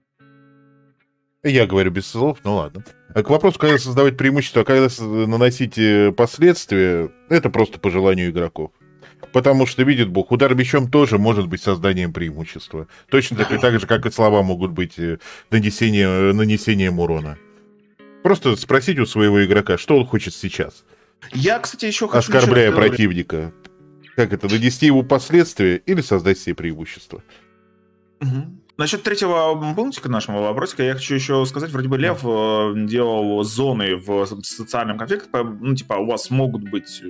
[SPEAKER 1] Я говорю без слов, ну ладно. А к вопросу, когда создавать преимущество, а когда наносить последствия, это просто по желанию игроков. Потому что, видит Бог, удар мечом тоже может быть созданием преимущества. Точно так же, как и слова могут быть нанесением урона. Просто спросить у своего игрока, что он хочет сейчас.
[SPEAKER 3] Я, кстати, еще хочу...
[SPEAKER 1] Оскорбляя противника. Как это, нанести ему последствия или создать себе преимущество?
[SPEAKER 3] Насчет третьего пунктика нашего вопросика я хочу еще сказать, вроде бы Лев делал зоны в социальном конфликте, ну, типа, у вас могут быть...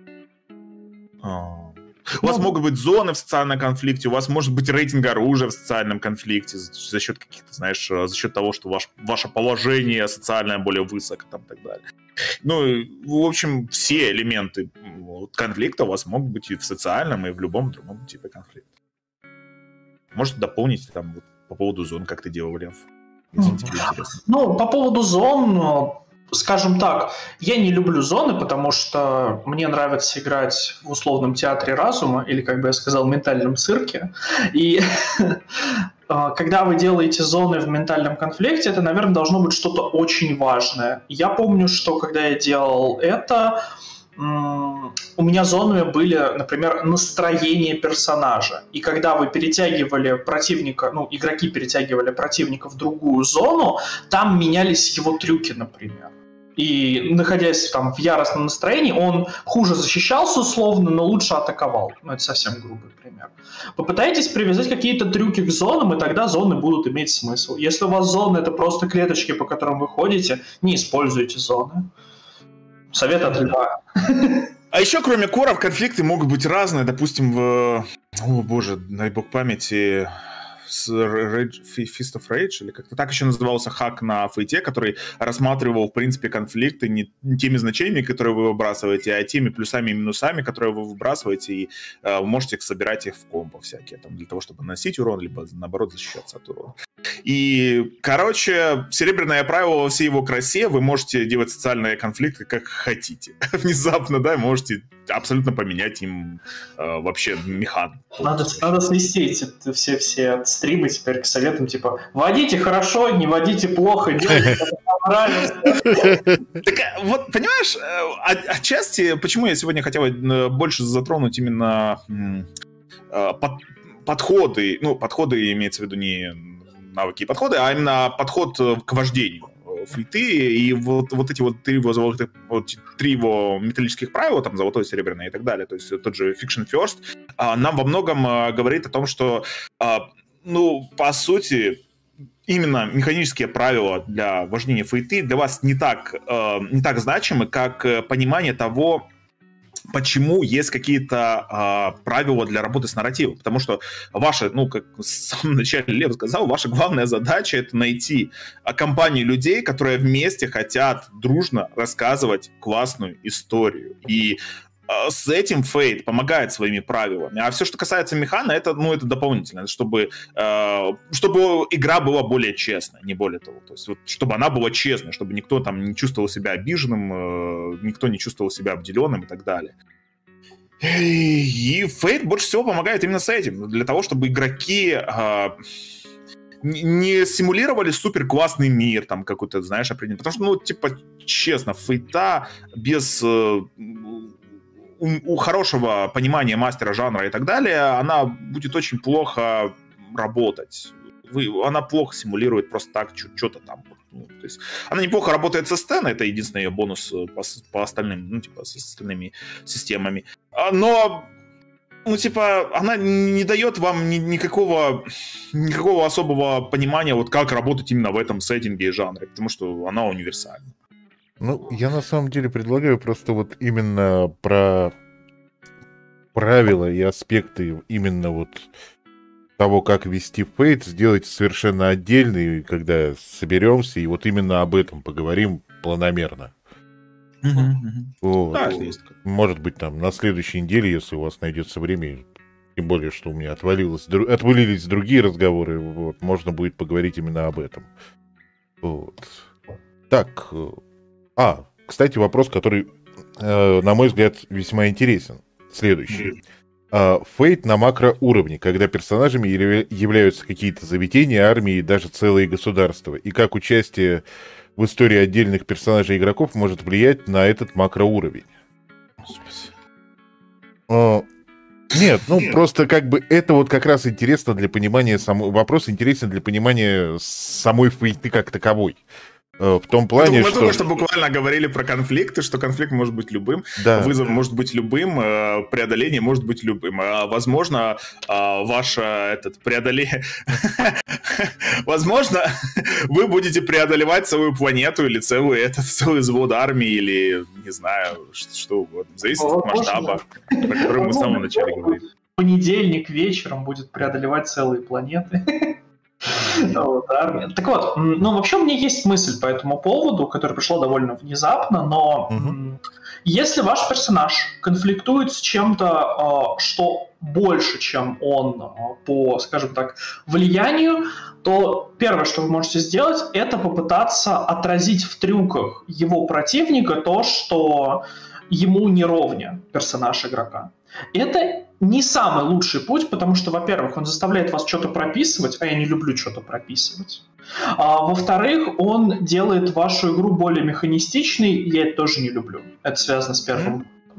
[SPEAKER 3] У вас могут быть зоны в социальном конфликте, у вас может быть рейтинг оружия в социальном конфликте за счет каких-то, знаешь, за счет того, что ваше положение социальное более высоко, там, и так далее. Ну, в общем, все элементы конфликта у вас могут быть и в социальном, и в любом другом типе конфликта. Можете дополнить там вот, по поводу зон, как ты делал, Лев, если тебе интересно.
[SPEAKER 2] Ну, по поводу зон, скажем так, я не люблю зоны, потому что мне нравится играть в условном театре разума, или, как бы я сказал, ментальном цирке. И когда вы делаете зоны в ментальном конфликте, это, наверное, должно быть что-то очень важное. Я помню, что когда я делал это, у меня зонами были, например, настроение персонажа. И когда вы перетягивали противника, игроки перетягивали противника в другую зону, там менялись его трюки, например. И, находясь там в яростном настроении, он хуже защищался условно, но лучше атаковал. Это совсем грубый пример. Попытайтесь привязать какие-то трюки к зонам, и тогда зоны будут иметь смысл. Если у вас зоны — это просто клеточки, по которым вы ходите, не используйте зоны. Совет от льва.
[SPEAKER 3] А еще, кроме коров, конфликты могут быть разные. Допустим, о боже, дай бог памяти... Fist of Rage, или как-то так еще назывался хак на фейте, который рассматривал, в принципе, конфликты не теми значениями, которые вы выбрасываете, а теми плюсами и минусами, которые вы выбрасываете, и вы можете собирать их в комбо всякие, там, для того, чтобы наносить урон, либо, наоборот, защищаться от урона. И, короче, серебряное правило во всей его красе, вы можете делать социальные конфликты как хотите. Внезапно, да, можете абсолютно поменять им вообще механ.
[SPEAKER 2] Надо свести эти все стримы теперь к советам, типа, водите хорошо, не водите плохо, делайте, как вам нравится.
[SPEAKER 3] Так вот, понимаешь, отчасти, почему я сегодня хотел больше затронуть именно подходы, подходы имеется в виду не навыки и подходы, а именно подход к вождению фейты, и вот эти вот три его металлических правила, там, золотое, серебряное и так далее, то есть тот же Fiction First, нам во многом говорит о том, что, по сути, именно механические правила для вождения фейты для вас не так значимы, как понимание того, почему есть какие-то правила для работы с нарративом. Потому что ваша, как в самом начале Лев сказал, ваша главная задача — это найти компанию людей, которые вместе хотят дружно рассказывать классную историю. И с этим Fate помогает своими правилами. А все, что касается механа, это дополнительно, чтобы игра была более честной, не более того. То есть, чтобы она была честной, чтобы никто там не чувствовал себя обиженным, никто не чувствовал себя обделенным и так далее. И Fate больше всего помогает именно с этим, для того, чтобы игроки не симулировали супер классный мир, там какой-то, знаешь, определенный. Потому что, честно, Фейта без... У хорошего понимания мастера жанра и так далее, она будет очень плохо работать. Она плохо симулирует просто так что-то там. То есть она неплохо работает со сценой, это единственный ее бонус по остальным, с остальными системами. Но, она не дает вам никакого особого понимания, как работать именно в этом сеттинге и жанре, потому что она универсальна.
[SPEAKER 1] Я на самом деле предлагаю просто именно про правила и аспекты именно того, как вести Fate, сделать совершенно отдельный, когда соберемся, и именно об этом поговорим планомерно.
[SPEAKER 3] Да, есть.
[SPEAKER 1] Может быть, там на следующей неделе, если у вас найдется время, тем более, что у меня отвалились другие разговоры, можно будет поговорить именно об этом. Так... кстати, вопрос, который, на мой взгляд, весьма интересен. Следующий. Фейт на макроуровне, когда персонажами являются какие-то заведения, армии и даже целые государства. И как участие в истории отдельных персонажей и игроков может влиять на этот макроуровень. Нет, просто это как раз интересно для понимания вопрос интересен для понимания самой фейты как таковой. В том плане,
[SPEAKER 3] мы только что буквально говорили про конфликты, что конфликт может быть любым, вызов может быть любым, преодоление может быть любым. Возможно, ваше преодоление... Возможно, вы будете преодолевать целую планету или целый взвод армии, или, не знаю, что угодно. Зависит от масштаба, про который мы в самом начале говорили.
[SPEAKER 2] Понедельник вечером будет преодолевать целые планеты. Так вот, вообще у меня есть мысль по этому поводу, которая пришла довольно внезапно, но если ваш персонаж конфликтует с чем-то, что больше, чем он по, скажем так, влиянию, то первое, что вы можете сделать, это попытаться отразить в трюках его противника то, что ему не ровня персонаж игрока. Это не самый лучший путь, потому что, во-первых, он заставляет вас что-то прописывать, а я не люблю что-то прописывать. А во-вторых, он делает вашу игру более механистичной, я это тоже не люблю. Это связано с первым.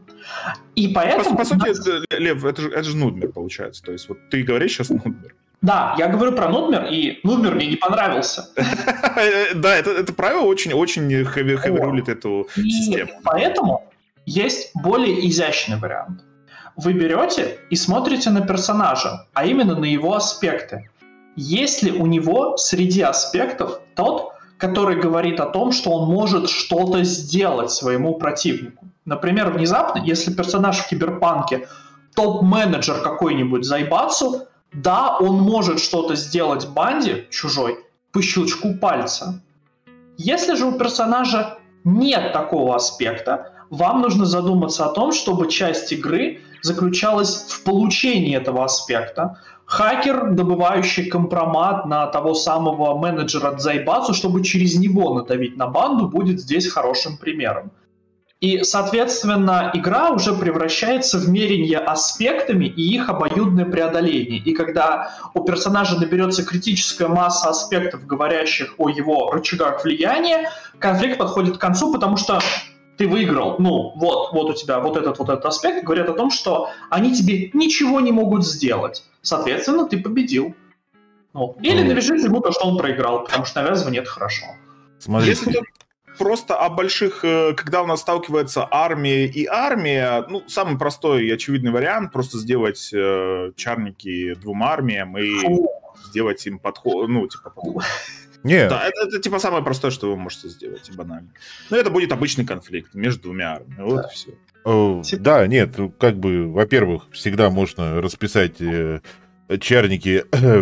[SPEAKER 2] И поэтому...
[SPEAKER 3] По сути, Лев, это же Нудмер получается. То есть вот ты говоришь сейчас Нудмер.
[SPEAKER 2] Да, я говорю про Нудмер, и Нудмер мне не понравился.
[SPEAKER 3] Да, это правило очень хэви-рулит эту систему.
[SPEAKER 2] Поэтому есть более изящный вариант. Вы берете и смотрите на персонажа, а именно на его аспекты. Есть ли у него среди аспектов тот, который говорит о том, что он может что-то сделать своему противнику? Например, внезапно, если персонаж в Киберпанке топ-менеджер какой-нибудь Зайбацу, да, он может что-то сделать банде чужой по щелчку пальца. Если же у персонажа нет такого аспекта, вам нужно задуматься о том, чтобы часть игры заключалась в получении этого аспекта. Хакер, добывающий компромат на того самого менеджера Дзайбацу, чтобы через него надавить на банду, будет здесь хорошим примером. И, соответственно, игра уже превращается в мерение аспектами и их обоюдное преодоление. И когда у персонажа наберется критическая масса аспектов, говорящих о его рычагах влияния, конфликт подходит к концу, потому что ты выиграл. Ну, вот у тебя вот этот аспект, говорят о том, что они тебе ничего не могут сделать. Соответственно, ты победил. Ну, или навяжись ему то, что он проиграл, потому что навязывание — это хорошо.
[SPEAKER 3] Если просто о больших, когда у нас сталкивается армия и армия, ну, самый простой и очевидный вариант — просто сделать чарники двум армиям и сделать им подход, ну, типа подход.
[SPEAKER 1] Нет.
[SPEAKER 3] Да, это типа самое простое, что вы можете сделать, и банально. Но это будет обычный конфликт между двумя армиями. Вот и все.
[SPEAKER 1] Да, нет, как бы, во-первых, всегда можно расписать чарники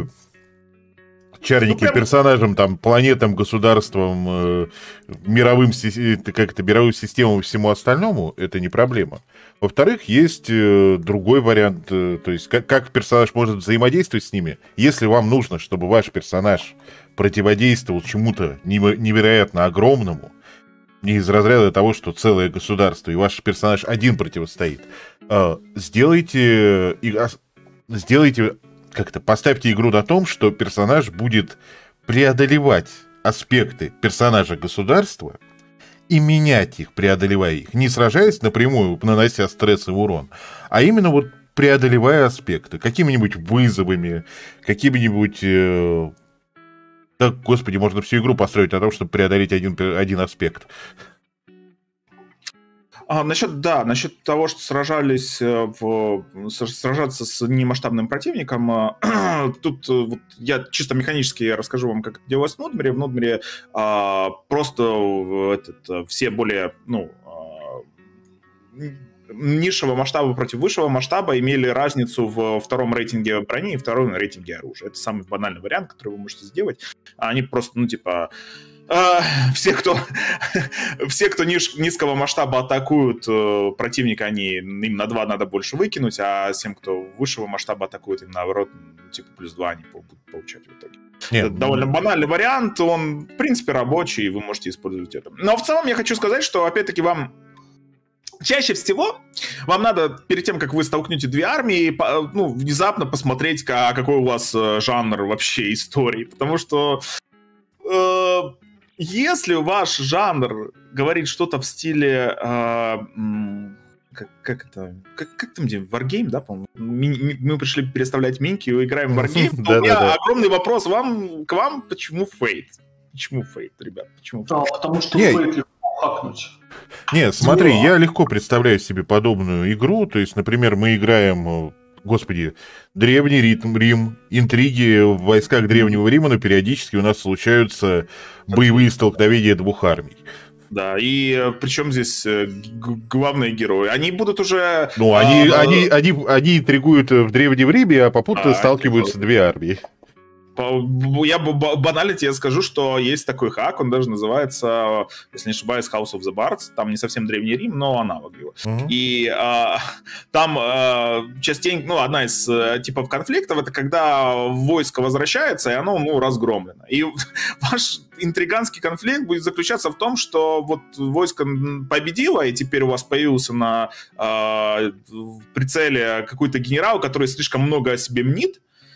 [SPEAKER 1] персонажам, там, планетам, государствам, мировым системам и всему остальному, это не проблема. Во-вторых, есть другой вариант, то есть как персонаж может взаимодействовать с ними. Если вам нужно, чтобы ваш персонаж противодействовал чему-то невероятно огромному, не из разряда того, что целое государство и ваш персонаж один противостоит, сделайте как-то поставьте игру на том, что персонаж будет преодолевать аспекты персонажа государства и менять их, преодолевая их. Не сражаясь напрямую, нанося стресс и урон, а именно вот преодолевая аспекты. Какими-нибудь вызовами, какими-нибудь... Так, господи, можно всю игру построить на том, чтобы преодолеть один аспект.
[SPEAKER 3] Насчет того, что сражаться с немасштабным противником, тут вот я чисто механически расскажу вам, как это делалось в Нудмере. В Нудмере просто все более, низшего масштаба против высшего масштаба имели разницу в втором рейтинге брони и втором рейтинге оружия. Это самый банальный вариант, который вы можете сделать. Они просто, все, кто низкого масштаба атакуют противника, им на 2 надо больше выкинуть, а тем, кто высшего масштаба атакует, им наоборот, плюс 2 они будут получать в итоге. Это довольно банальный вариант, он, в принципе, рабочий, и вы можете использовать это. Но в целом я хочу сказать, что, опять-таки, вам чаще всего вам надо, перед тем, как вы столкнете две армии, внезапно посмотреть, какой у вас жанр вообще истории. Потому что если ваш жанр говорит что-то в стиле... Как там, где? Wargame, да, по-моему? Мы пришли переставлять минки и играем в Wargame. У меня огромный вопрос к вам. Почему Fate? Почему Fate, ребят? Почему Fate?
[SPEAKER 2] Да, потому что Fate легко хакнуть.
[SPEAKER 1] Нет, смотри, я легко представляю себе подобную игру. То есть, например, мы играем, Древний Рим, интриги в войсках Древнего Рима, но периодически у нас случаются боевые столкновения двух армий.
[SPEAKER 3] Да, и причем здесь главные герои? Они будут уже...
[SPEAKER 1] Они интригуют в Древнем Риме, а попутно сталкиваются две армии.
[SPEAKER 3] Я банально тебе скажу, что есть такой хак, он даже называется, если не ошибаюсь, House of the Bards, там не совсем Древний Рим, но аналог его. И там частенько, одна из типов конфликтов, это когда войско возвращается, и оно, разгромлено. И ваш интриганский конфликт будет заключаться в том, что вот войско победило, и теперь у вас появился в прицеле какой-то генерал, который слишком много о себе мнит,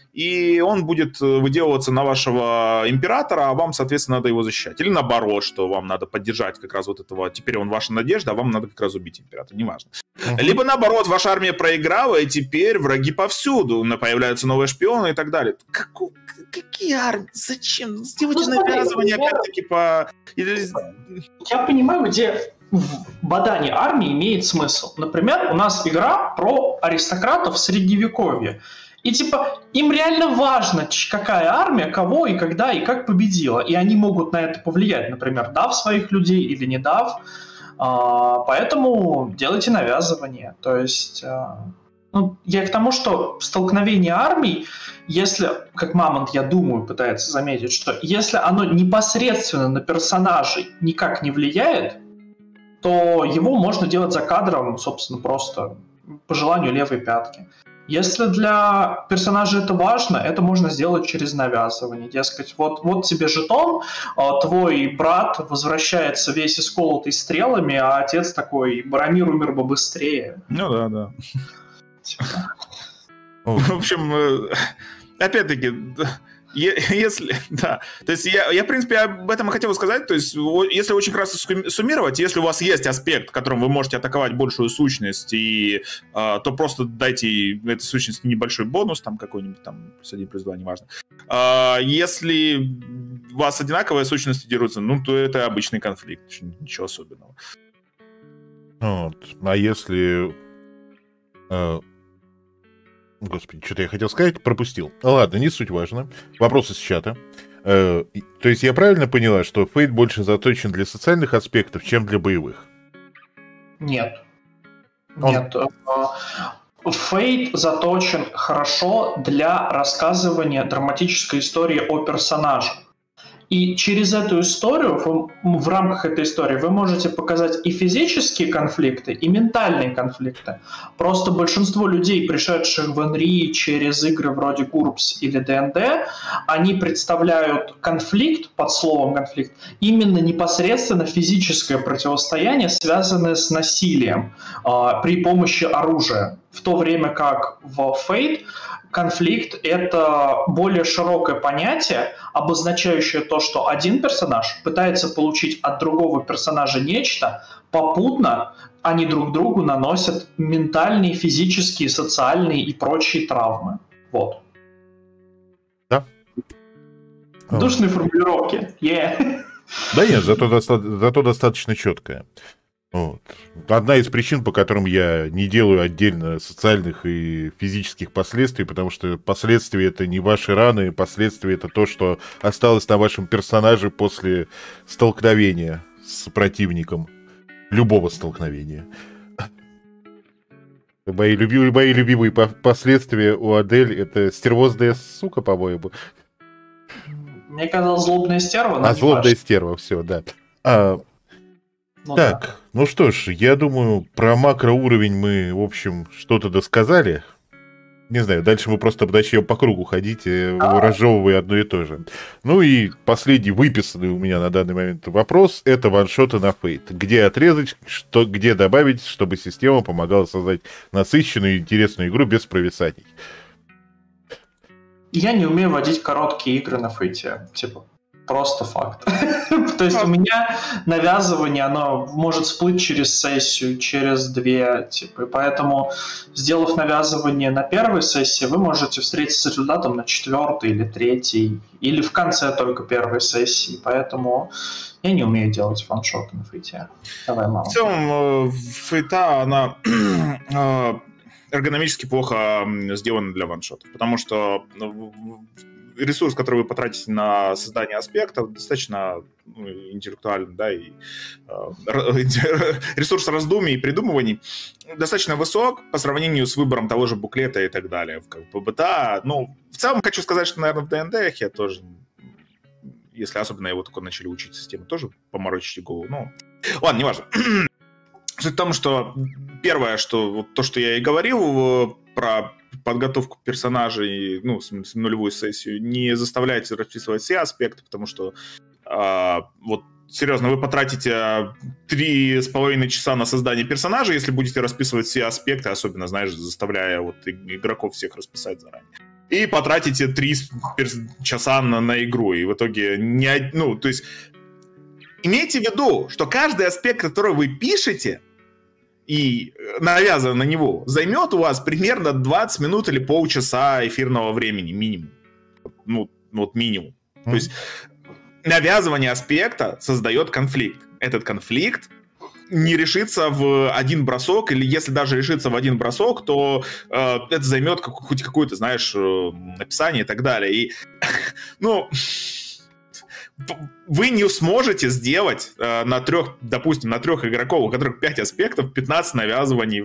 [SPEAKER 3] и он будет выделываться на вашего императора, а вам, соответственно, надо его защищать. Или наоборот, что вам надо поддержать как раз вот этого, теперь он ваша надежда, а вам надо как раз убить императора, неважно. Либо наоборот, ваша армия проиграла, и теперь враги повсюду, появляются новые шпионы и так далее. Какие армии? Зачем? Сделайте навязывание опять-таки по...
[SPEAKER 2] Я понимаю, где бадание армии имеет смысл. Например, у нас игра про аристократов в Средневековье. И типа им реально важно, какая армия, кого и когда и как победила. И они могут на это повлиять, например, дав своих людей или не дав. Поэтому делайте навязывание. То есть я к тому, что столкновение армий, если, как Мамонт, я думаю, пытается заметить, что если оно непосредственно на персонажей никак не влияет, то его можно делать за кадром, собственно, просто по желанию левой пятки. Если для персонажа это важно, это можно сделать через навязывание. Дескать, вот тебе жетон, твой брат возвращается весь исколотый стрелами, а отец такой: Барамир умер бы быстрее.
[SPEAKER 3] Ну да. В общем, опять-таки, если, да, то есть я, в принципе, об этом и хотел сказать, то есть если очень кратко суммировать, если у вас есть аспект, которым вы можете атаковать большую сущность, то просто дайте этой сущности небольшой бонус, там какой-нибудь, там, +1, +2, неважно. Если у вас одинаковые сущности дерутся, то это обычный конфликт, ничего особенного.
[SPEAKER 1] Вот. А если... Господи, что-то я хотел сказать, пропустил. Ладно, не суть важно. Вопрос из чата. То есть я правильно поняла, что Fate больше заточен для социальных аспектов, чем для боевых?
[SPEAKER 2] Нет. Нет. Fate заточен хорошо для рассказывания драматической истории о персонаже. И через эту историю, в рамках этой истории, вы можете показать и физические конфликты, и ментальные конфликты. Просто большинство людей, пришедших в Энри через игры вроде GURPS или ДНД, они представляют конфликт, под словом конфликт, именно непосредственно физическое противостояние, связанное с насилием при помощи оружия. В то время как в Fate конфликт — это более широкое понятие, обозначающее то, что один персонаж пытается получить от другого персонажа нечто, попутно они друг другу наносят ментальные, физические, социальные и прочие травмы. Вот.
[SPEAKER 1] Да.
[SPEAKER 2] Душные формулировки. Yeah.
[SPEAKER 1] Да нет, зато достаточно четкая. Вот. Одна из причин, по которым я не делаю отдельно социальных и физических последствий, потому что последствия — это не ваши раны, последствия — это то, что осталось на вашем персонаже после столкновения с противником. Любого столкновения. Мои любимые последствия у Адель — это стервозная сука, по-моему.
[SPEAKER 2] Мне казалось, злобная стерва.
[SPEAKER 1] Злобная стерва, все, да. Так, да. Ну что ж, я думаю, про макроуровень мы, в общем, что-то досказали. Не знаю, дальше мы просто начнем по кругу ходить, разжевывая одно и то же. Ну и последний выписанный у меня на данный момент вопрос — это ваншоты на Fate. Где отрезать, где добавить, чтобы система помогала создать насыщенную и интересную игру без провисаний?
[SPEAKER 2] Я не умею водить короткие игры на Fate, типа. Просто факт. То есть у меня навязывание, оно может всплыть через сессию, через две, типа, и поэтому, сделав навязывание на первой сессии, вы можете встретиться с результатом на 4-й или 3-й, или в конце только первой сессии, поэтому я не умею делать ваншоты на Фейте. Давай, мама.
[SPEAKER 3] В целом, Фейта, она эргономически плохо сделана для ваншотов, потому что ресурс, который вы потратите на создание аспектов, достаточно интеллектуальный, да, и ресурс раздумий и придумываний достаточно высок по сравнению с выбором того же буклета и так далее. Как ПБТА, в целом хочу сказать, что, наверное, в ДНД я тоже, если особенно его только начали учить систему, тоже поморочите голову. Ладно, неважно. Суть в том, что первое, что вот то, что я и говорил про подготовку персонажей, с нулевую сессию, не заставляйте расписывать все аспекты, потому что вот серьезно, вы потратите 3,5 часа на создание персонажа, если будете расписывать все аспекты, особенно, знаешь, заставляя вот игроков всех расписать заранее. и потратите 3 часа на игру, и в итоге то есть имейте в виду, что каждый аспект, который вы пишете и навязан на него, займет у вас примерно 20 минут или полчаса эфирного времени минимум. Минимум. То есть навязывание аспекта создает конфликт. Этот конфликт не решится в один бросок, или если даже решится в один бросок, то это займет хоть какое-то, знаешь, написание и так далее. И, вы не сможете сделать на 3 игроков, у которых 5 аспектов, 15 навязываний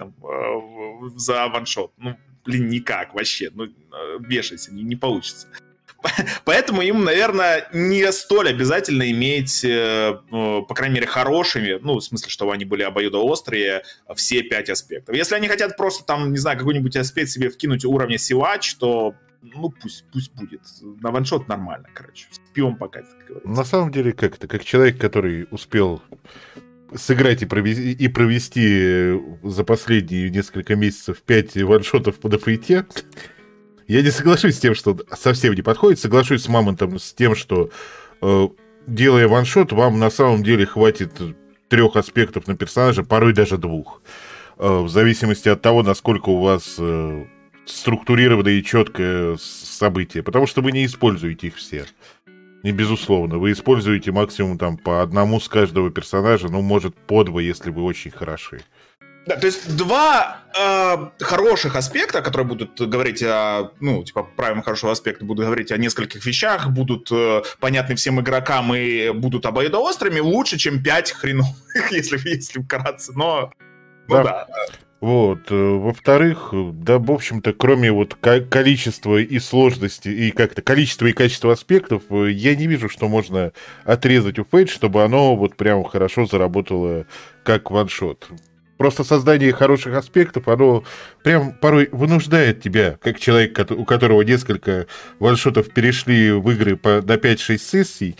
[SPEAKER 3] за ваншот. Никак вообще. Вешайся, не получится. Поэтому им, наверное, не столь обязательно иметь, по крайней мере, хорошими, в смысле, чтобы они были обоюдоострые, все 5 аспектов. Если они хотят просто там, не знаю, какой-нибудь аспект себе вкинуть уровня силач, то пусть будет. На ваншот нормально, короче. С пивом покатит, как говорится.
[SPEAKER 1] На самом деле, как человек, который успел сыграть и провести за последние несколько месяцев 5 ваншотов по ДФТ, я не соглашусь с тем, что совсем не подходит. Соглашусь с Мамонтом с тем, что, делая ваншот, вам на самом деле хватит 3 аспектов на персонажа, порой даже 2. В зависимости от того, насколько у вас структурированное и четкое событие. Потому что вы не используете их все. И, безусловно, вы используете максимум там по 1 с каждого персонажа, может, по 2, если вы очень хороши.
[SPEAKER 3] Да, то есть 2 хороших аспекта, которые будут говорить о, правилам хорошего аспекта, будут говорить о нескольких вещах, будут понятны всем игрокам и будут обоюдоострыми, лучше, чем 5 хреновых, если вкратце, но...
[SPEAKER 1] Да. Во-вторых, в общем-то, кроме количества и сложности, и количества и качества аспектов, я не вижу, что можно отрезать у Fate, чтобы оно прям хорошо заработало как ваншот. Просто создание хороших аспектов, оно прям порой вынуждает тебя, как человек, у которого несколько ваншотов перешли в игры на 5-6 сессий,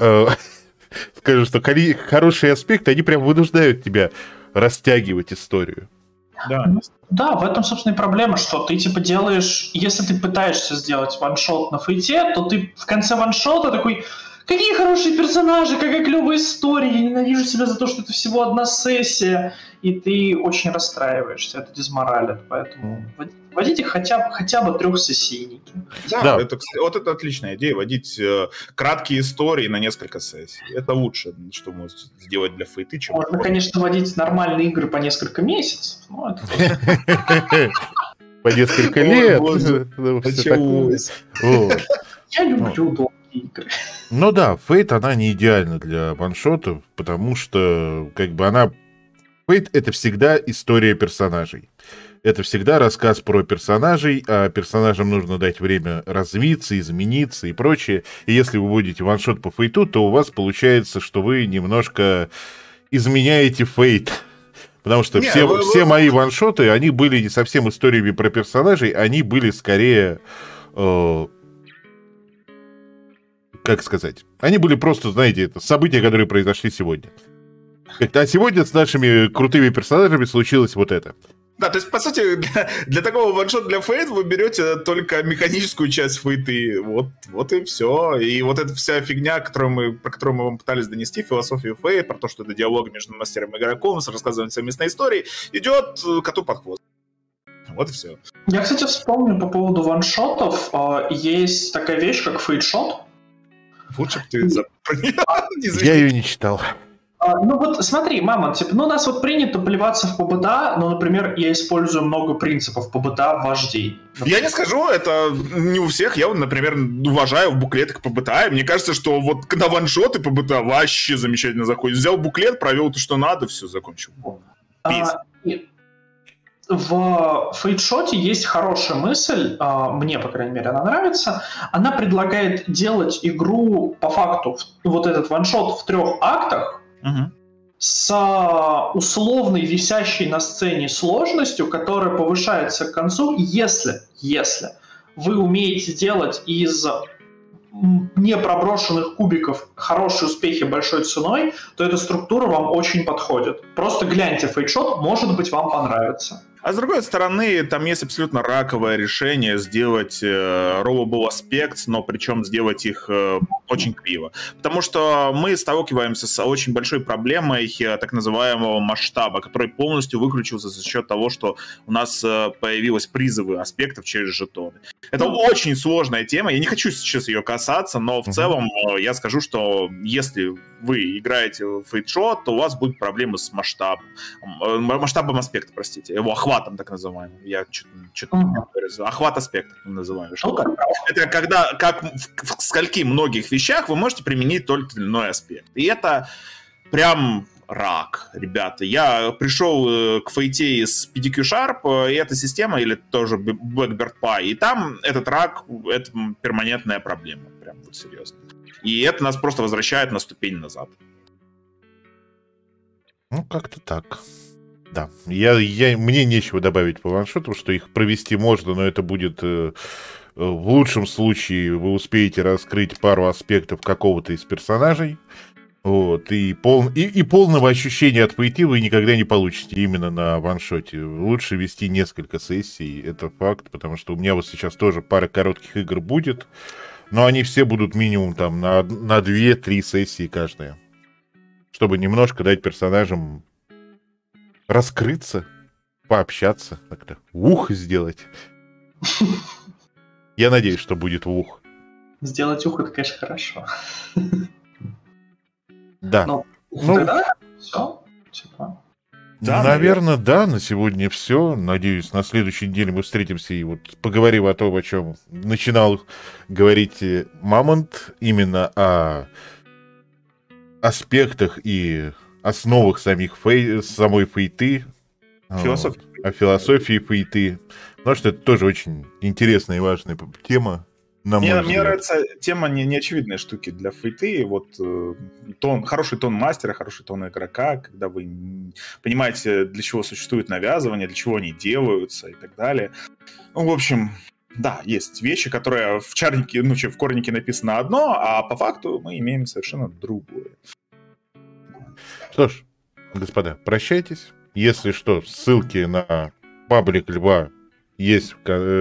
[SPEAKER 1] скажу, что хорошие аспекты, они прям вынуждают тебя растягивать историю.
[SPEAKER 2] Да, в этом, собственно, и проблема, что ты делаешь, если ты пытаешься сделать ваншот на фейте, то ты в конце ваншота такой: какие хорошие персонажи, какая клевая история, я ненавижу себя за то, что это всего 1 сессия, и ты очень расстраиваешься, это дезморалит, поэтому вводите хотя бы 3-сессийники.
[SPEAKER 3] Да. Это отличная идея, вводить краткие истории на несколько сессий. Это лучше, что можно сделать для фейты, чем...
[SPEAKER 2] Можно, конечно, вводить нормальные игры по несколько месяцев, но это...
[SPEAKER 1] По несколько лет.
[SPEAKER 3] Началось.
[SPEAKER 2] Я люблю долгие игры.
[SPEAKER 1] Ну да, Fate, она не идеальна для ваншотов, потому что она... Fate — это всегда история персонажей. Это всегда рассказ про персонажей, а персонажам нужно дать время развиться, измениться и прочее. И если вы вводите ваншот по Фейту, то у вас получается, что вы немножко изменяете Fate. Потому что все мои ваншоты, они были не совсем историями про персонажей, они были скорее... как сказать? Они были просто, знаете, это события, которые произошли сегодня. А сегодня с нашими крутыми персонажами случилось вот это.
[SPEAKER 3] Да, то есть, по сути, для такого ваншота для Fate вы берете только механическую часть Fate, вот и все. И вот эта вся фигня, про которую мы вам пытались донести, философию Fate, про то, что это диалог между мастером и игроком, с рассказыванием совместной истории, идет коту под хвост. Вот и все.
[SPEAKER 2] Я, кстати, вспомню по поводу ваншотов. Есть такая вещь, как фейтшот.
[SPEAKER 3] Лучше бы ты про нее не
[SPEAKER 1] Я ее не читал.
[SPEAKER 2] Смотри, Мамонт, у нас принято плеваться в ПБТА, но, например, я использую много принципов ПБТА вождей.
[SPEAKER 3] Я не скажу, это не у всех. Я, например, уважаю буклеты к ПБТА, и мне кажется, что на ваншоты ПБТА вообще замечательно заходит. Взял буклет, провел то, что надо, все, закончил.
[SPEAKER 2] В фейтшоте есть хорошая мысль, мне, по крайней мере, она нравится. Она предлагает делать игру по факту, этот ваншот в 3 актах, с условной висящей на сцене сложностью, которая повышается к концу, если вы умеете делать из непроброшенных кубиков хорошие успехи большой ценой, то эта структура вам очень подходит. Просто гляньте фейтшот, может быть, вам понравится.
[SPEAKER 3] А с другой стороны, там есть абсолютно раковое решение сделать Rollable Aspects, но причем сделать их очень криво. Потому что мы сталкиваемся с очень большой проблемой так называемого масштаба, который полностью выключился за счет того, что у нас появилось призывы аспектов через жетоны. Это очень сложная тема, я не хочу сейчас ее касаться, но в целом я скажу, что если вы играете в Fate Shot, то у вас будут проблемы с масштабом аспекта, простите, его охватом так называемым. Я что-то охват аспекта называемый. Это когда, как в скольких многих вещах вы можете применить тот или иной аспект. И это прям рак, ребята. Я пришел к Фейте из PDQ Sharp, и эта система, или тоже Blackbird Pie, и там этот рак, это перманентная проблема, прям вот серьезно. И это нас просто возвращает на ступень назад.
[SPEAKER 1] Ну, как-то так. Да. Мне нечего добавить по ваншоту, что их провести можно, но это будет... в лучшем случае вы успеете раскрыть пару аспектов какого-то из персонажей. Вот, и полного ощущения от Фейти вы никогда не получите именно на ваншоте. Лучше вести несколько сессий, это факт, потому что у меня вот сейчас тоже пара коротких игр будет, но они все будут минимум там на 2-3 сессии каждая, чтобы немножко дать персонажам раскрыться, пообщаться, как-то ух сделать. Я надеюсь, что будет ух.
[SPEAKER 2] Сделать ух, это, конечно, хорошо.
[SPEAKER 1] Да.
[SPEAKER 2] Ну, тогда все. Типа.
[SPEAKER 1] Да, наверное, да, на сегодня все. Надеюсь, на следующей неделе мы встретимся и вот поговорим о том, о чем начинал говорить Мамонт, именно о аспектах и основах самой Фейты, о философии Фейты, потому что это тоже очень интересная и важная тема.
[SPEAKER 3] Мне нравится тема неочевидной штуки для Фейты. Вот хороший тон мастера, хороший тон игрока, когда вы понимаете, для чего существует навязывание, для чего они делаются и так далее. Ну, в общем, да, есть вещи, которые в чарнике, в корнике написано одно, а по факту мы имеем совершенно другое.
[SPEAKER 1] Что ж, господа, прощайтесь. Если что, ссылки на паблик Льва есть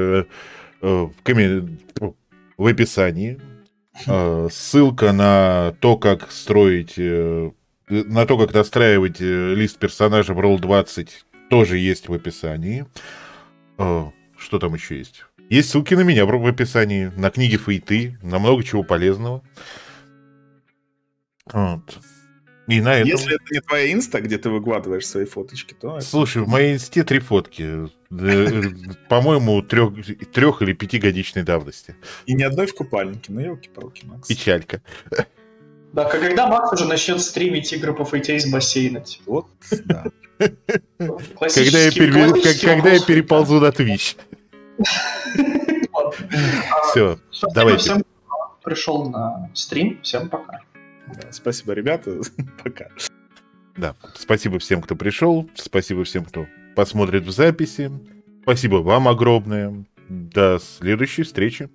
[SPEAKER 1] в описании. Ссылка на то, как настраивать лист персонажа в Roll20 тоже есть в описании. Что там еще есть? Есть ссылки на меня в описании, на книги Фейты, на много чего полезного. Вот. И на этом...
[SPEAKER 3] Если это не твоя инста, где ты выкладываешь свои фоточки, то...
[SPEAKER 1] Слушай, в моей инсте 3 фотки. По-моему, 3 или 5-годичной давности.
[SPEAKER 3] И ни одной в купальнике. Ну, елки-палки, Макс.
[SPEAKER 1] Печалька.
[SPEAKER 2] Да, когда Макс уже начнет стримить игры по Фейте из бассейна.
[SPEAKER 3] Вот, да.
[SPEAKER 1] Когда я переползу на Twitch. Все, давайте.
[SPEAKER 2] Всем, кто пришел на стрим. Всем пока.
[SPEAKER 3] Да, спасибо, ребята. Пока.
[SPEAKER 1] Да, спасибо всем, кто пришел. Спасибо всем, кто посмотрит в записи. Спасибо вам огромное. До следующей встречи.